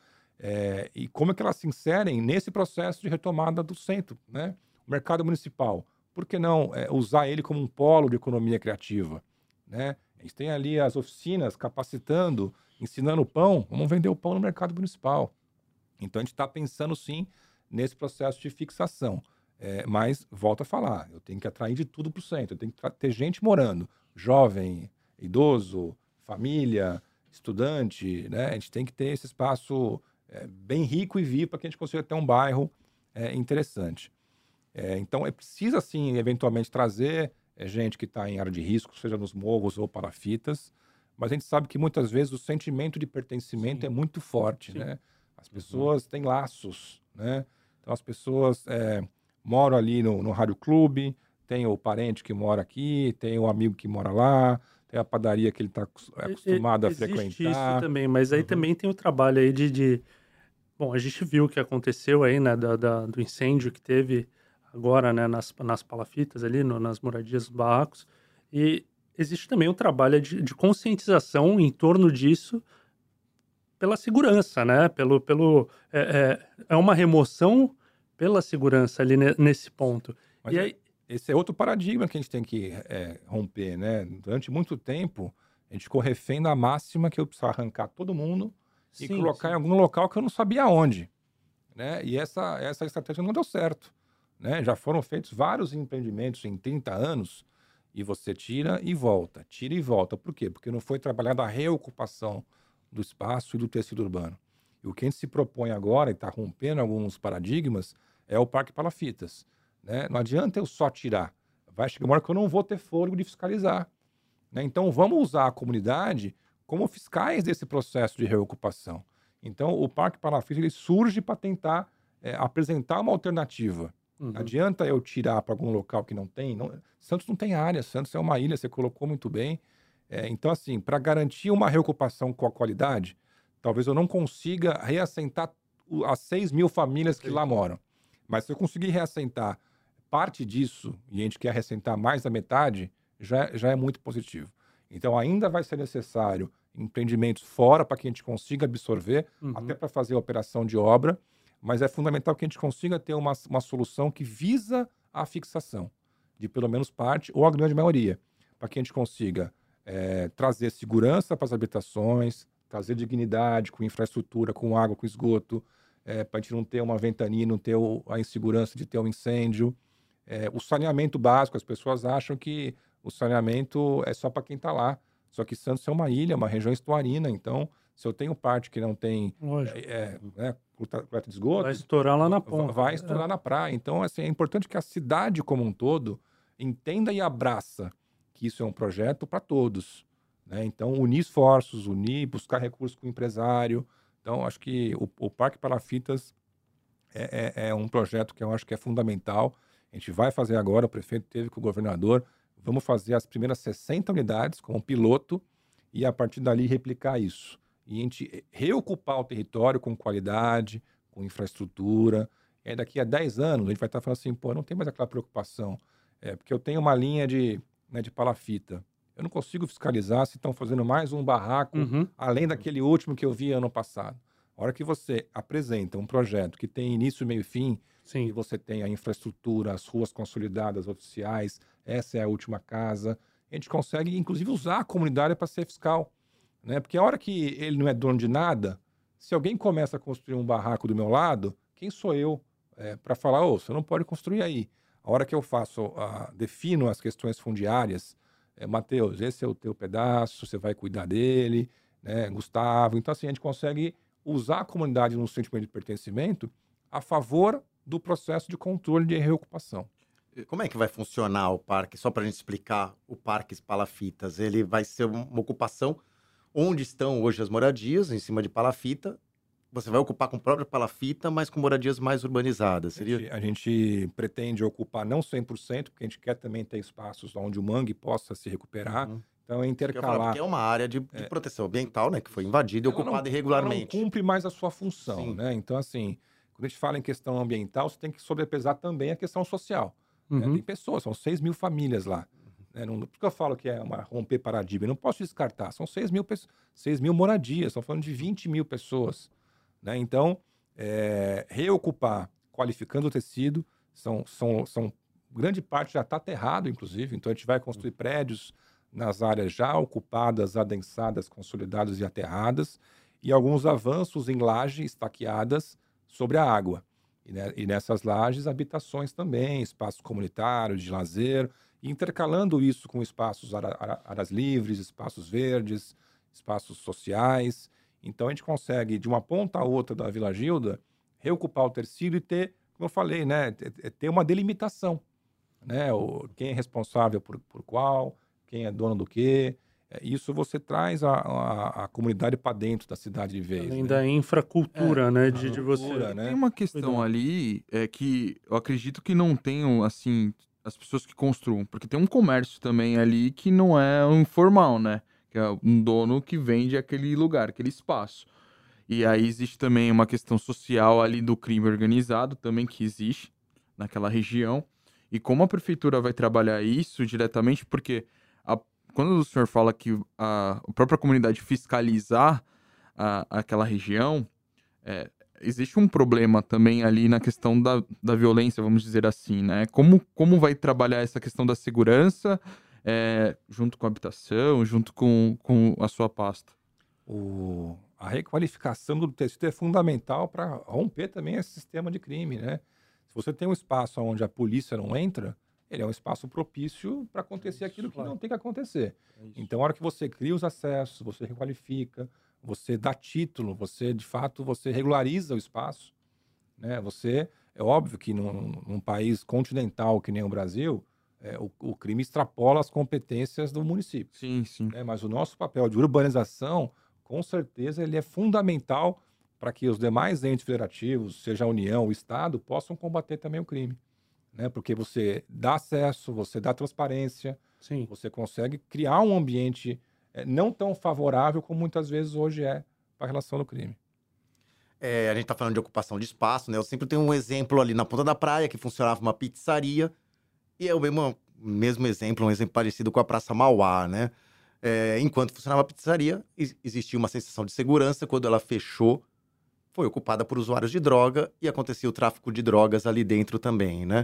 é, e como é que elas se inserem nesse processo de retomada do centro, né? O mercado municipal, por que não é, usar ele como um polo de economia criativa? Né? A gente tem ali as oficinas capacitando, ensinando pão, vamos vender o pão no mercado municipal. Então a gente está pensando sim nesse processo de fixação. É, mas, volto a falar, eu tenho que atrair de tudo para o centro, eu tenho que ter gente morando, jovem, idoso, família, estudante, né? A gente tem que ter esse espaço é, bem rico e vivo para que a gente consiga ter um bairro é, interessante. É, então, é preciso, assim, eventualmente trazer é, gente que está em área de risco, seja nos morros ou palafitas, mas a gente sabe que muitas vezes o sentimento de pertencimento Sim. é muito forte, Sim. né? As pessoas uhum. têm laços, né? Então, as pessoas é, moram ali no, no rádio clube, tem o parente que mora aqui, tem o amigo que mora lá, tem a padaria que ele está acostumado a frequentar. Existe isso também, mas aí uhum. também tem o trabalho aí de, de... Bom, a gente viu o que aconteceu aí, né, da, da, do incêndio que teve agora, né, nas, nas palafitas ali, no, nas moradias dos barracos, e existe também um trabalho de, de conscientização em torno disso pela segurança, né, pelo... pelo é, é, é uma remoção pela segurança ali ne, nesse ponto. Mas e aí... Esse é outro paradigma que a gente tem que é, romper, né? Durante muito tempo, a gente ficou refém da máxima que eu precisava arrancar todo mundo sim, e colocar sim. em algum local que eu não sabia onde, né? E essa, essa estratégia não deu certo. né? Já foram feitos vários empreendimentos em trinta anos e você tira e volta, tira e volta. Por quê? Porque não foi trabalhada a reocupação do espaço e do tecido urbano. E o que a gente se propõe agora, e está rompendo alguns paradigmas, é o Parque Palafitas, né? Não adianta eu só tirar. Vai chegar uma hora que eu não vou ter fôlego de fiscalizar, né? Então, vamos usar a comunidade como fiscais desse processo de reocupação. Então, o Parque Palafitas ele surge para tentar é, apresentar uma alternativa. Uhum. Não adianta eu tirar para algum local que não tem. Não... Santos não tem área, Santos é uma ilha, você colocou muito bem. É, então, assim, para garantir uma reocupação com a qualidade, talvez eu não consiga reassentar as seis mil famílias que lá moram. Mas se eu conseguir reassentar parte disso, e a gente quer reassentar mais da metade, já, já é muito positivo. Então, ainda vai ser necessário empreendimentos fora para que a gente consiga absorver, Uhum. até para fazer a operação de obra, mas é fundamental que a gente consiga ter uma, uma solução que visa a fixação de pelo menos parte ou a grande maioria, para que a gente consiga é, trazer segurança para as habitações, trazer dignidade com infraestrutura, com água, com esgoto, é, para a gente não ter uma ventania, não ter o, a insegurança de ter um incêndio. É, o saneamento básico, as pessoas acham que o saneamento é só para quem está lá. Só que Santos é uma ilha, uma região estuarina, então se eu tenho parte que não tem é, é, né, coleta de esgoto... Vai estourar lá na ponta. Vai estourar é. na praia. Então, assim, é importante que a cidade como um todo entenda e abraça que isso é um projeto para todos, né? Então, unir esforços, unir, buscar recursos com o empresário. Então, acho que o, o Parque Palafitas é, é, é um projeto que eu acho que é fundamental. A gente vai fazer agora, o prefeito teve com o governador, vamos fazer as primeiras sessenta unidades como piloto e, a partir dali, replicar isso. E a gente reocupar o território com qualidade, com infraestrutura. E aí, daqui a dez anos, a gente vai estar falando assim, pô, não tem mais aquela preocupação. É, porque eu tenho uma linha de, né, de palafita. Eu não consigo fiscalizar se estão fazendo mais um barraco, Uhum. além daquele último que eu vi ano passado. A hora que você apresenta um projeto que tem início, meio e fim, Sim. e você tem a infraestrutura, as ruas consolidadas, oficiais, essa é a última casa, a gente consegue, inclusive, usar a comunidade para ser fiscal. Né? Porque a hora que ele não é dono de nada, se alguém começa a construir um barraco do meu lado, quem sou eu é, para falar, ô, você não pode construir aí. A hora que eu faço, uh, defino as questões fundiárias, é, Matheus, esse é o teu pedaço, você vai cuidar dele, né? Gustavo. Então, assim, a gente consegue usar a comunidade no sentimento de pertencimento a favor do processo de controle de reocupação. Como é que vai funcionar o parque? Só para a gente explicar, o Parque Palafitas, ele vai ser uma ocupação onde estão hoje as moradias, em cima de palafita. Você vai ocupar com própria palafita, mas com moradias mais urbanizadas, seria? A gente, a gente pretende ocupar não cem por cento, porque a gente quer também ter espaços onde o mangue possa se recuperar. Uhum. Então, é intercalar. Falar, porque é uma área de, de é, proteção ambiental, né? Que foi invadida e ocupada não, irregularmente. Ela não cumpre mais a sua função, Sim. né? Então, assim, quando a gente fala em questão ambiental, você tem que sobrepesar também a questão social. Uhum. Né? Tem pessoas, são seis mil famílias lá. Né? Não, por que eu falo que é uma romper paradigma? Eu não posso descartar. São seis mil, seis mil moradias, estamos falando de vinte mil pessoas. Né? Então, é, reocupar, qualificando o tecido, são, são, são, grande parte já está aterrado, inclusive. Então, a gente vai construir prédios nas áreas já ocupadas, adensadas, consolidadas e aterradas, e alguns avanços em lajes estaqueadas sobre a água. E, né, e nessas lajes, habitações também, espaços comunitários, de lazer, e intercalando isso com espaços áreas livres, espaços verdes, espaços sociais. Então, a gente consegue, de uma ponta a outra da Vila Gilda, reocupar o tecido e ter, como eu falei, né, ter uma delimitação. Né, o, quem é responsável por, por qual, quem é dono do quê. Isso você traz a, a, a comunidade para dentro da cidade de vez. Além né? da infracultura, é, né, de, de você... Cultura, né? Tem uma questão ali é que eu acredito que não tenham, assim, as pessoas que construam, porque tem um comércio também ali que não é informal, né? Que é um dono que vende aquele lugar, aquele espaço. E aí existe também uma questão social ali do crime organizado também que existe naquela região. E como a prefeitura vai trabalhar isso diretamente, porque a, quando o senhor fala que a, a própria comunidade fiscalizar a, aquela região, é, existe um problema também ali na questão da, da violência, vamos dizer assim, né? Como, como vai trabalhar essa questão da segurança é, junto com a habitação, junto com, com a sua pasta? O, a requalificação do tecido é fundamental para romper também esse sistema de crime, né? Se você tem um espaço onde a polícia não entra, ele é um espaço propício para acontecer aquilo que Claro. não tem que acontecer. É isso. Então, a hora que você cria os acessos, você requalifica, você dá título, você, de fato, você regulariza o espaço, né? Você, é óbvio que num, num país continental que nem o Brasil, é, o, o crime extrapola as competências do município, Sim, sim. né? Mas o nosso papel de urbanização, com certeza, ele é fundamental para que os demais entes federativos, seja a União, o Estado, possam combater também o crime, né? Porque você dá acesso, você dá transparência, Sim. você consegue criar um ambiente eh, não tão favorável como muitas vezes hoje é para a relação do crime. É, a gente tá falando de ocupação de espaço, né? Eu sempre tenho um exemplo ali na ponta da praia que funcionava uma pizzaria. E é o mesmo, mesmo exemplo, um exemplo parecido com a Praça Mauá, né? É, enquanto funcionava a pizzaria, ex- existia uma sensação de segurança. Quando ela fechou, foi ocupada por usuários de droga e acontecia o tráfico de drogas ali dentro também, né?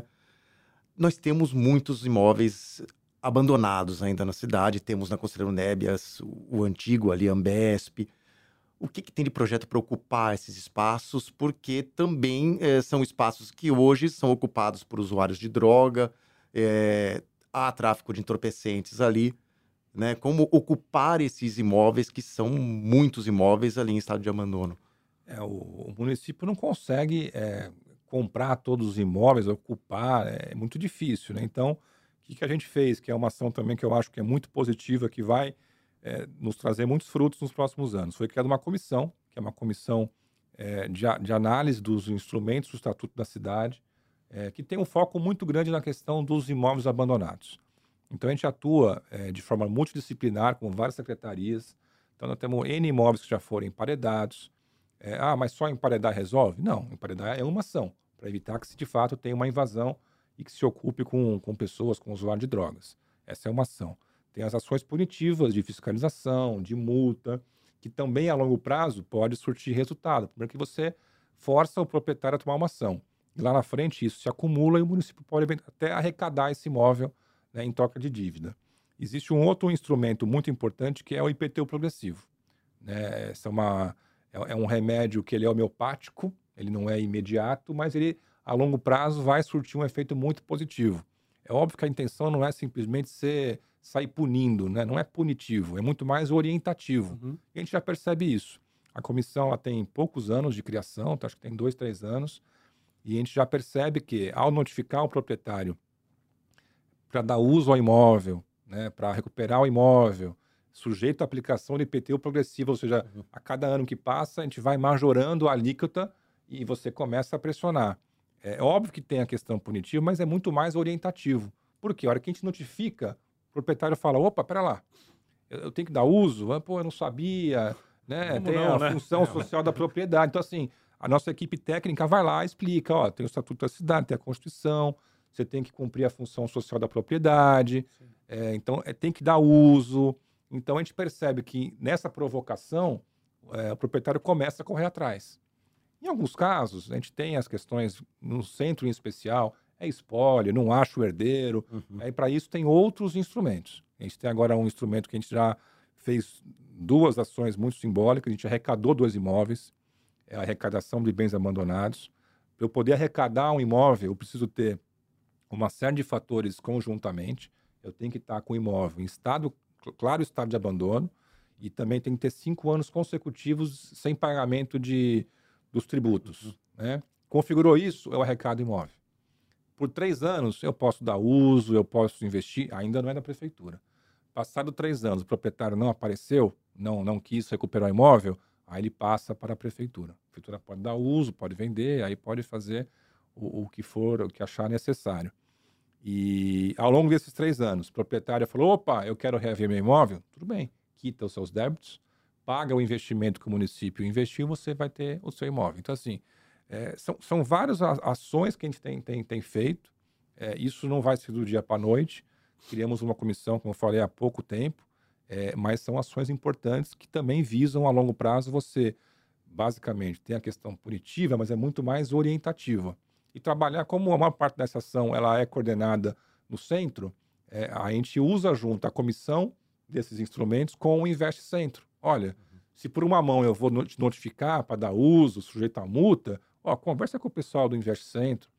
Nós temos muitos imóveis abandonados ainda na cidade. Temos na Conselheiro Nébias o, o antigo ali, Ambesp. O que, que tem de projeto para ocupar esses espaços? Porque também eh, são espaços que hoje são ocupados por usuários de droga, eh, há tráfico de entorpecentes ali, né? Como ocupar esses imóveis, que são muitos imóveis ali em estado de abandono? É, o, o município não consegue eh, comprar todos os imóveis, ocupar, é muito difícil, né? Então, o que, que a gente fez? Que é uma ação também que eu acho que é muito positiva, que vai eh, nos trazer muitos frutos nos próximos anos. Foi criada uma comissão, que é uma comissão eh, de, a- de análise dos instrumentos do Estatuto da Cidade, eh, que tem um foco muito grande na questão dos imóveis abandonados. Então, a gente atua eh, de forma multidisciplinar com várias secretarias. Então, nós temos N imóveis que já foram emparedados. É, ah, mas só emparedar resolve? Não, emparedar é uma ação, para evitar que se de fato tenha uma invasão e que se ocupe com, com pessoas, com usuário de drogas. Essa é uma ação. Tem as ações punitivas de fiscalização, de multa, que também a longo prazo pode surtir resultado. Primeiro que você força o proprietário a tomar uma ação. E lá na frente isso se acumula e o município pode até arrecadar esse imóvel, né, em troca de dívida. Existe um outro instrumento muito importante que é o I P T U progressivo, né? Essa é uma é é um remédio que ele é homeopático, ele não é imediato, mas ele, a longo prazo, vai surtir um efeito muito positivo. É óbvio que a intenção não é simplesmente ser, sair punindo, né? Não é punitivo, é muito mais orientativo. Uhum. E a gente já percebe isso. A comissão ela tem poucos anos de criação, tá? Acho que tem dois, três anos, e a gente já percebe que, ao notificar o proprietário para dar uso ao imóvel, né, para recuperar o imóvel, sujeito à aplicação do I P T U progressivo, ou seja, Uhum. a cada ano que passa, a gente vai majorando a alíquota e você começa a pressionar. É óbvio que tem a questão punitiva, mas é muito mais orientativo. Porque a hora que a gente notifica, o proprietário fala, opa, pera lá, eu, eu tenho que dar uso? Ah, pô, eu não sabia, né? Como Tem não, a né? função social da propriedade. Então, assim, a nossa equipe técnica vai lá e explica, ó, tem o Estatuto da Cidade, tem a Constituição, você tem que cumprir a função social da propriedade, é, então é, tem que dar uso. Então a gente percebe que nessa provocação é, o proprietário começa a correr atrás. Em alguns casos, a gente tem as questões no centro em especial, é espólio, não acha o herdeiro, Uhum. aí para isso tem outros instrumentos. A gente tem agora um instrumento que a gente já fez duas ações muito simbólicas, a gente arrecadou dois imóveis, é a arrecadação de bens abandonados. Para eu poder arrecadar um imóvel, eu preciso ter uma série de fatores conjuntamente. Eu tenho que estar com o imóvel em estado, claro estado de abandono, e também tem que ter cinco anos consecutivos sem pagamento de, dos tributos. Uhum. Né? Configurou isso, eu arrecado imóvel. Por três anos, eu posso dar uso, eu posso investir, ainda não é da prefeitura. Passado três anos, o proprietário não apareceu, não, não quis recuperar o imóvel, aí ele passa para a prefeitura. A prefeitura pode dar uso, pode vender, aí pode fazer o, o que for, o que achar necessário. E ao longo desses três anos, o proprietário falou, opa, eu quero reaver meu imóvel, tudo bem, quita os seus débitos, paga o investimento que o município investiu, você vai ter o seu imóvel. Então, assim, é, são, são várias a- ações que a gente tem, tem, tem feito, é, isso não vai ser do dia para a noite, criamos uma comissão, como eu falei, há pouco tempo, é, mas são ações importantes que também visam, a longo prazo, você, basicamente, tem a questão punitiva, mas é muito mais orientativa. E trabalhar, como a maior parte dessa ação ela é coordenada no centro, é, a gente usa junto a comissão desses instrumentos com o Invest Centro. Olha, se por uma mão eu vou no- te notificar para dar uso, sujeito à multa, ó, conversa com o pessoal do Invest Centro,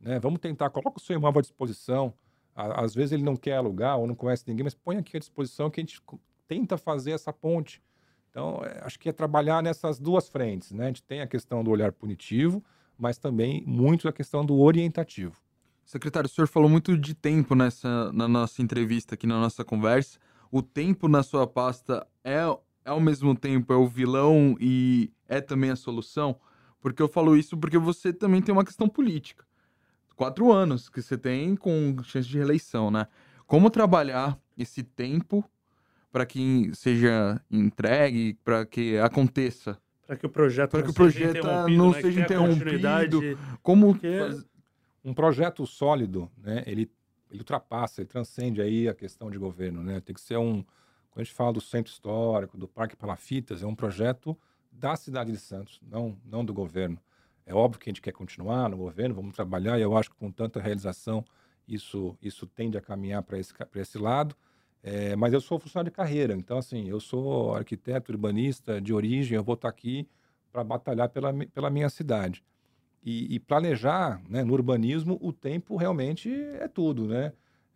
né? Vamos tentar, coloca o seu imóvel à disposição. À- Às vezes ele não quer alugar ou não conhece ninguém, mas põe aqui à disposição que a gente co- tenta fazer essa ponte. Então, é, acho que é trabalhar nessas duas frentes, né? A gente tem a questão do olhar punitivo, mas também muito a questão do orientativo. Secretário, o senhor falou muito de tempo nessa, na nossa entrevista aqui, na nossa conversa. O tempo na sua pasta é, é ao mesmo tempo é o vilão e é também a solução? Porque eu falo isso porque você também tem uma questão política. Quatro anos que você tem com chance de reeleição, né? Como trabalhar esse tempo para que seja entregue, para que aconteça? Para que o projeto Para não que o seja projeto interrompido, não né? Que seja tenha interrompido. continuidade. Como Porque- faz- Um projeto sólido, né? Ele, ele ultrapassa, ele transcende aí a questão de governo, né? Tem que ser um... Quando a gente fala do centro histórico, do Parque Palafitas, é um projeto da cidade de Santos, não, não do governo. É óbvio que a gente quer continuar no governo, vamos trabalhar, e eu acho que com tanta realização isso, isso tende a caminhar para esse, para esse lado. É, mas eu sou funcionário de carreira, então, assim, eu sou arquiteto, urbanista de origem, eu vou estar aqui para batalhar pela, mi- pela minha cidade. E, e planejar, né, no urbanismo, o tempo realmente é tudo, né?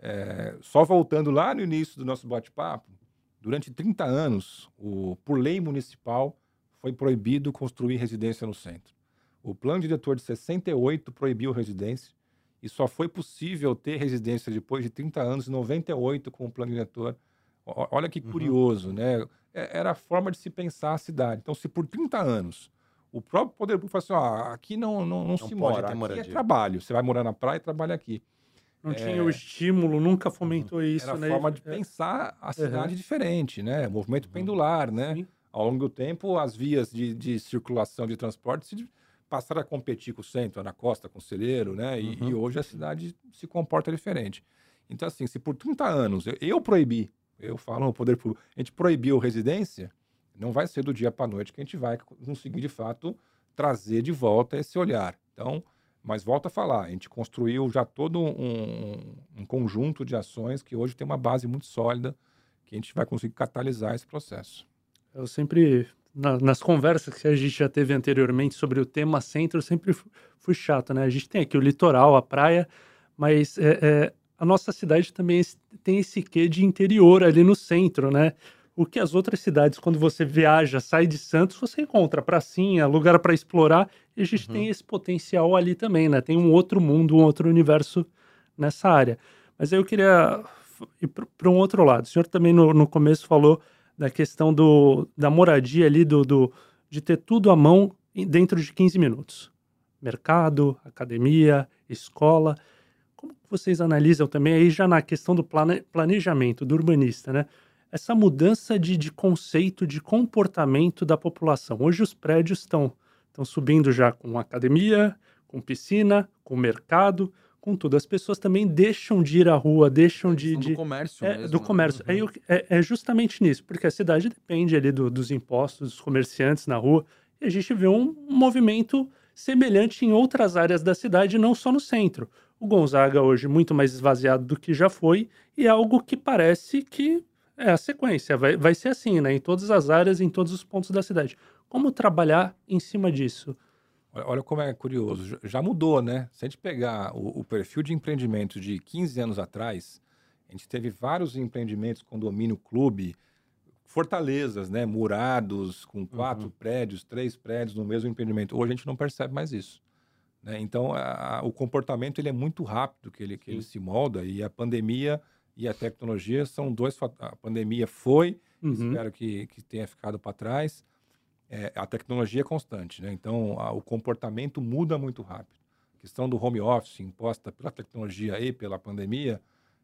É, só voltando lá no início do nosso bate-papo, durante trinta anos, o, por lei municipal, foi proibido construir residência no centro. O plano diretor de sessenta e oito proibiu residência e só foi possível ter residência depois de trinta anos, em noventa e oito, com o plano diretor. O- Olha que curioso, né? É- Era a forma de se pensar a cidade. Então, se por trinta anos o próprio poder público fala assim, ó, aqui não, não, não, se pode mora, ter aqui é moradia. trabalho. Você vai morar na praia e trabalha aqui. Não tinha o estímulo, nunca fomentou isso, Era a né? forma de É, pensar a cidade diferente, né? Movimento pendular, né? sim. Ao longo do tempo, as vias de, de circulação de transporte se di- passaram a competir com o centro, na costa, com o celeiro, né? E, e hoje a cidade se comporta diferente. Então, assim, se por trinta anos eu, eu proibi, eu falo no poder público, a gente proibiu residência, não vai ser do dia para a noite que a gente vai conseguir, de fato, trazer de volta esse olhar. Então, mas volta a falar, a gente construiu já todo um, um conjunto de ações que hoje tem uma base muito sólida que a gente vai conseguir catalisar esse processo. Eu sempre, na- nas conversas que a gente já teve anteriormente sobre o tema centro, eu sempre fu- fui chato, né? A gente tem aqui o litoral, a praia, mas é, é, a nossa cidade também es- tem esse quê de interior ali no centro, né? O que as outras cidades, quando você viaja, sai de Santos, você encontra pracinha, lugar para explorar, e a gente Uhum. tem esse potencial ali também, né? Tem um outro mundo, um outro universo nessa área. Mas aí eu queria f- ir para um outro lado. O senhor também no, no começo falou da questão do, da moradia ali, do, do, de ter tudo à mão em- dentro de quinze minutos. Mercado, academia, escola. Como que vocês analisam também aí já na questão do plane- planejamento, do urbanista, né? Essa mudança de, de conceito, de comportamento da população. Hoje os prédios estão estão subindo já com academia, com piscina, com mercado, com tudo. As pessoas também deixam de ir à rua, deixam de... questão de do comércio é, mesmo, do né? comércio. Aí eu- é, é justamente nisso, porque a cidade depende ali do- dos impostos, dos comerciantes na rua, e a gente vê um movimento semelhante em outras áreas da cidade, não só no centro. O Gonzaga hoje muito mais esvaziado do que já foi, e é algo que parece que é a sequência, vai, vai ser assim, né? Em todas as áreas, em todos os pontos da cidade. Como trabalhar em cima disso? Olha, olha como é curioso, já- já mudou, né? Se a gente pegar o, o perfil de empreendimento de quinze anos atrás, a gente teve vários empreendimentos, condomínio, clube, fortalezas, né? Murados, com quatro prédios, três prédios no mesmo empreendimento. Hoje a gente não percebe mais isso, né? Então, a- a- o comportamento ele é muito rápido que ele, que ele se molda, e a pandemia e a tecnologia são dois fatores. A pandemia foi, Uhum. espero que, que tenha ficado para trás. É, a tecnologia é constante, né? Então, a- o comportamento muda muito rápido. A questão do home office imposta pela tecnologia e pela pandemia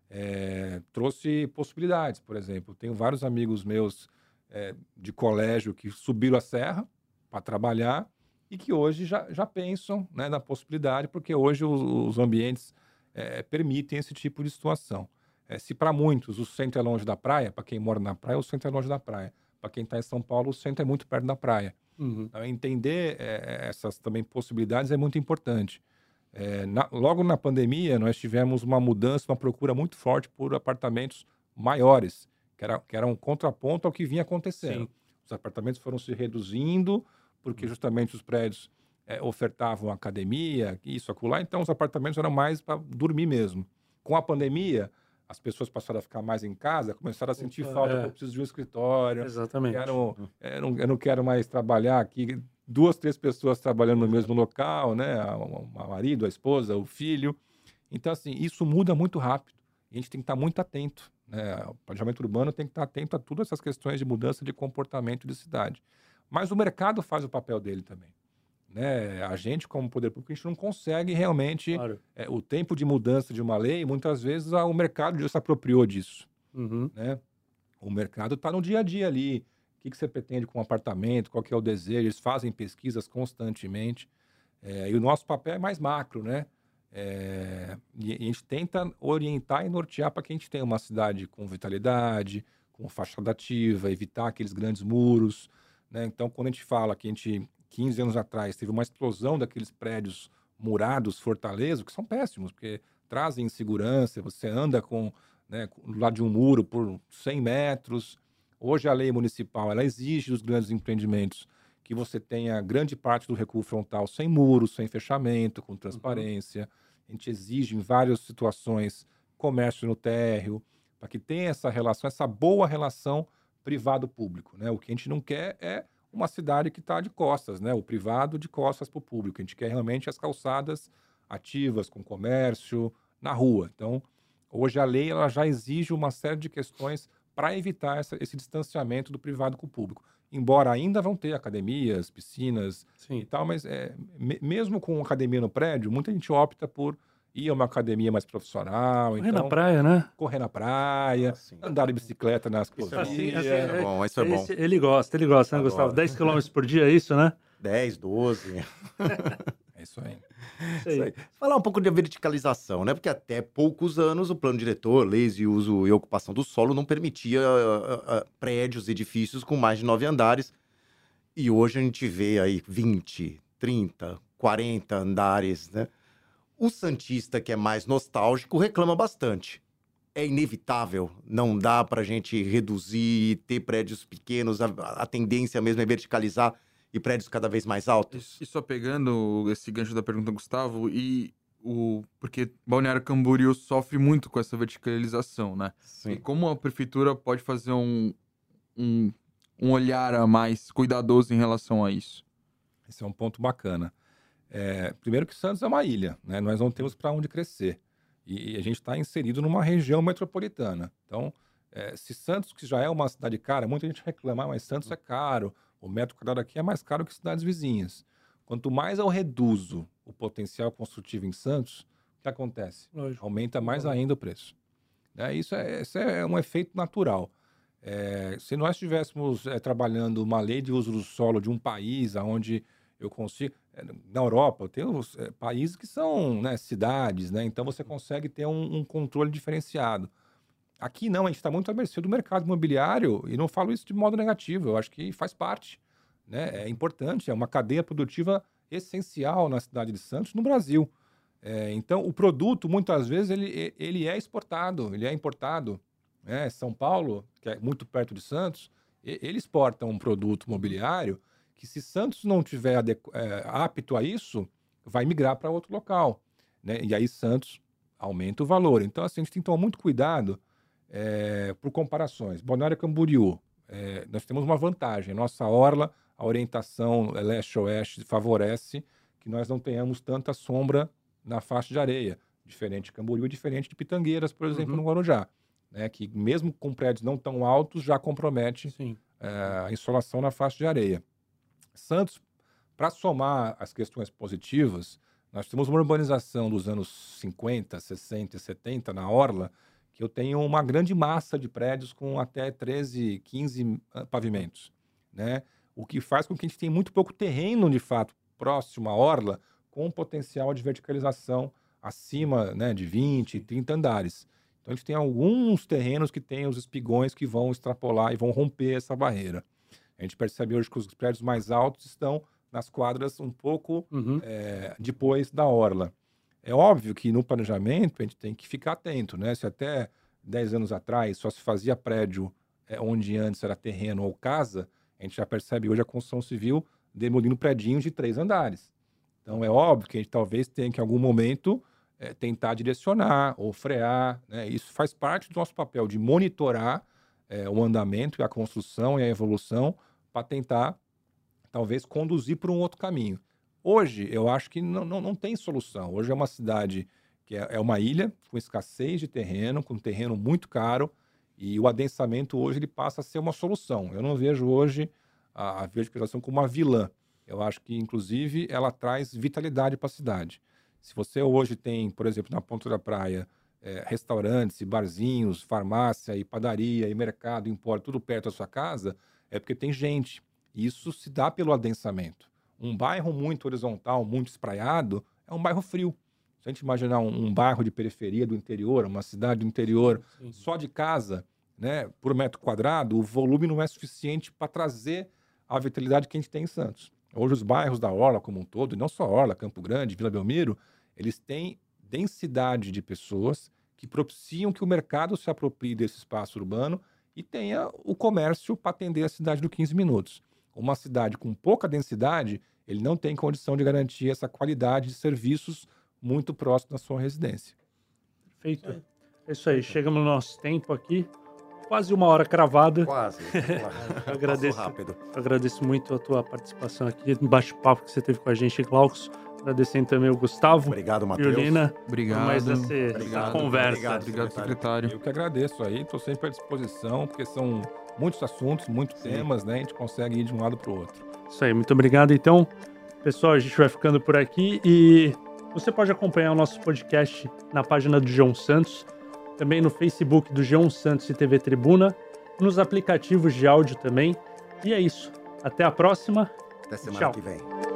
é, trouxe possibilidades, por exemplo. Tenho vários amigos meus é, de colégio que subiram a serra para trabalhar e que hoje já, já pensam, né, na possibilidade, porque hoje os, os ambientes é, permitem esse tipo de situação. É, se para muitos o centro é longe da praia, para quem mora na praia, o centro é longe da praia. Para quem está em São Paulo, o centro é muito perto da praia. Uhum. Então, entender é, essas também possibilidades é muito importante. É, na- logo na pandemia, nós tivemos uma mudança, uma procura muito forte por apartamentos maiores, que era, que era um contraponto ao que vinha acontecendo. Sim. Os apartamentos foram se reduzindo, porque justamente os prédios é, ofertavam academia, isso, acolá, então os apartamentos eram mais para dormir mesmo. Com a pandemia, as pessoas passaram a ficar mais em casa, começaram a sentir Opa, falta, é. pô, eu preciso de um escritório, Exatamente. quero, é, não, eu não quero mais trabalhar aqui, duas, três pessoas trabalhando no mesmo local, né? O marido, a esposa, o filho. Então, assim, isso muda muito rápido. A gente tem que estar muito atento, né? O planejamento urbano tem que estar atento a todas essas questões de mudança de comportamento de cidade. Mas o mercado faz o papel dele também, né? A gente, como poder público, a gente não consegue realmente... Claro. É, o tempo de mudança de uma lei, muitas vezes a, o mercado já se apropriou disso, Uhum. né? O mercado está no dia a dia ali. O que, que você pretende com um apartamento? Qual que é o desejo? Eles fazem pesquisas constantemente. É, e o nosso papel é mais macro, né? É, e a gente tenta orientar e nortear para que a gente tenha uma cidade com vitalidade, com fachada ativa, evitar aqueles grandes muros, né? Então, quando a gente fala que a gente, quinze anos atrás, teve uma explosão daqueles prédios murados, Fortaleza, que são péssimos, porque trazem insegurança, você anda com, né, do lado de um muro por cem metros. Hoje a lei municipal, ela exige dos grandes empreendimentos que você tenha grande parte do recuo frontal sem muros, sem fechamento, com transparência. Uhum. A gente exige em várias situações comércio no térreo, para que tenha essa relação, essa boa relação privado-público, né? O que a gente não quer é uma cidade que está de costas, né? O privado de costas para o público. A gente quer realmente as calçadas ativas, com comércio, na rua. Então, hoje a lei ela já exige uma série de questões para evitar essa, esse distanciamento do privado com o público. Embora ainda vão ter academias, piscinas Sim. e tal, mas é, me, mesmo com academia no prédio, muita gente opta por ir a uma academia mais profissional. Correr então, na praia, né? Correr na praia, Ah, andar de bicicleta nas Isso é bom. ciclovias. Assim, é bom, isso é bom. Esse, ele gosta, ele gosta, né, Adoro. Gustavo? dez quilômetros por dia, é isso, né? dez, doze. É isso aí. Isso Isso aí. aí. Falar um pouco de verticalização, né? Porque até poucos anos o plano diretor, leis de uso e ocupação do solo não permitia uh, uh, prédios, edifícios com mais de nove andares. E hoje a gente vê aí vinte, trinta, quarenta andares, né? O santista, que é mais nostálgico, reclama bastante. É inevitável, não dá para a gente reduzir, ter prédios pequenos, a, a tendência mesmo é verticalizar e prédios cada vez mais altos. E só pegando esse gancho da pergunta do Gustavo, e o porque Balneário Camboriú sofre muito com essa verticalização, né? Sim. E como a prefeitura pode fazer um, um, um olhar a mais cuidadoso em relação a isso? Esse é um ponto bacana. É, primeiro que Santos é uma ilha, né? Nós não temos para onde crescer. E, e a gente está inserido numa região metropolitana. Então, é, se Santos, que já é uma cidade cara, muita gente reclama, ah, mas Santos é caro, o metro quadrado aqui é mais caro que cidades vizinhas. Quanto mais eu reduzo o potencial construtivo em Santos, o que acontece? Lógico. Aumenta mais ainda o preço. É, isso, é, isso é um efeito natural. É, se nós estivéssemos é, trabalhando uma lei de uso do solo de um país onde eu consigo... É, na Europa, tem os é, países que são, né, cidades, né? Então você consegue ter um, um controle diferenciado. Aqui não, a gente está muito à mercê do mercado imobiliário, e não falo isso de modo negativo, eu acho que faz parte, né? É importante, é uma cadeia produtiva essencial na cidade de Santos, no Brasil. É, então, o produto, muitas vezes, ele, ele é exportado, ele é importado. Né? São Paulo, que é muito perto de Santos, ele exporta um produto imobiliário que, se Santos não tiver adequ- é, apto a isso, vai migrar para outro local. Né? E aí Santos aumenta o valor. Então, assim, a gente tem que tomar muito cuidado é, por comparações. Balneário Camboriú, é, nós temos uma vantagem. Nossa orla, a orientação leste-oeste favorece que nós não tenhamos tanta sombra na faixa de areia. Diferente de Camboriú, diferente de Pitangueiras, por exemplo, Uhum. no Guarujá. Né, que mesmo com prédios não tão altos, já compromete Sim. é, a insolação na faixa de areia. Santos, para somar as questões positivas, nós temos uma urbanização dos anos cinquenta, sessenta e setenta na orla, que eu tenho uma grande massa de prédios com até treze, quinze pavimentos. Né? O que faz com que a gente tenha muito pouco terreno, de fato, próximo à orla, com potencial de verticalização acima, né, de vinte, trinta andares. Então, a gente tem alguns terrenos que têm os espigões que vão extrapolar e vão romper essa barreira. A gente percebe hoje que os prédios mais altos estão nas quadras um pouco Uhum. é, depois da orla. É óbvio que no planejamento a gente tem que ficar atento, né? Se até dez anos atrás só se fazia prédio é, onde antes era terreno ou casa, a gente já percebe hoje a construção civil demolindo predinhos de três andares. Então, é óbvio que a gente talvez tenha que, em algum momento, é, tentar direcionar ou frear, né? Isso faz parte do nosso papel de monitorar é, o andamento, a construção e a evolução para tentar, talvez, conduzir por um outro caminho. Hoje, eu acho que não, não, não tem solução. Hoje é uma cidade que é, é uma ilha com escassez de terreno, com terreno muito caro, e o adensamento hoje ele passa a ser uma solução. Eu não vejo hoje a, a verticalização como uma vilã. Eu acho que, inclusive, ela traz vitalidade para a cidade. Se você hoje tem, por exemplo, na Ponta da Praia, é, restaurantes, e barzinhos, farmácia, e padaria, e mercado, empório, tudo perto da sua casa, é porque tem gente. Isso se dá pelo adensamento. Um bairro muito horizontal, muito espraiado, é um bairro frio. Se a gente imaginar um, um bairro de periferia do interior, uma cidade do interior, sim, só de casa, né, por metro quadrado, o volume não é suficiente para trazer a vitalidade que a gente tem em Santos. Hoje os bairros da Orla como um todo, e não só Orla, Campo Grande, Vila Belmiro, eles têm densidade de pessoas que propiciam que o mercado se aproprie desse espaço urbano e tenha o comércio para atender a cidade do quinze minutos. Uma cidade com pouca densidade, ele não tem condição de garantir essa qualidade de serviços muito próximo da sua residência. Perfeito. É isso aí. Chegamos no nosso tempo aqui. Quase uma hora cravada. Quase. eu agradeço, rápido. Eu agradeço muito a tua participação aqui, no bate-papo que você teve com a gente, Glaucus. Agradecendo também o Gustavo. Obrigado, Matheus. Violina. Obrigado. Por mais essa, obrigado, essa conversa. Obrigado, obrigado, secretário. Eu que agradeço aí. Estou sempre à disposição, porque são muitos assuntos, muitos Sim. temas, né? A gente consegue ir de um lado para o outro. Isso aí. Muito obrigado. Então, pessoal, a gente vai ficando por aqui e você pode acompanhar o nosso podcast na página do João Santos, também no Facebook do João Santos e T V Tribuna, nos aplicativos de áudio também. E é isso. Até a próxima. Até semana Tchau. que vem.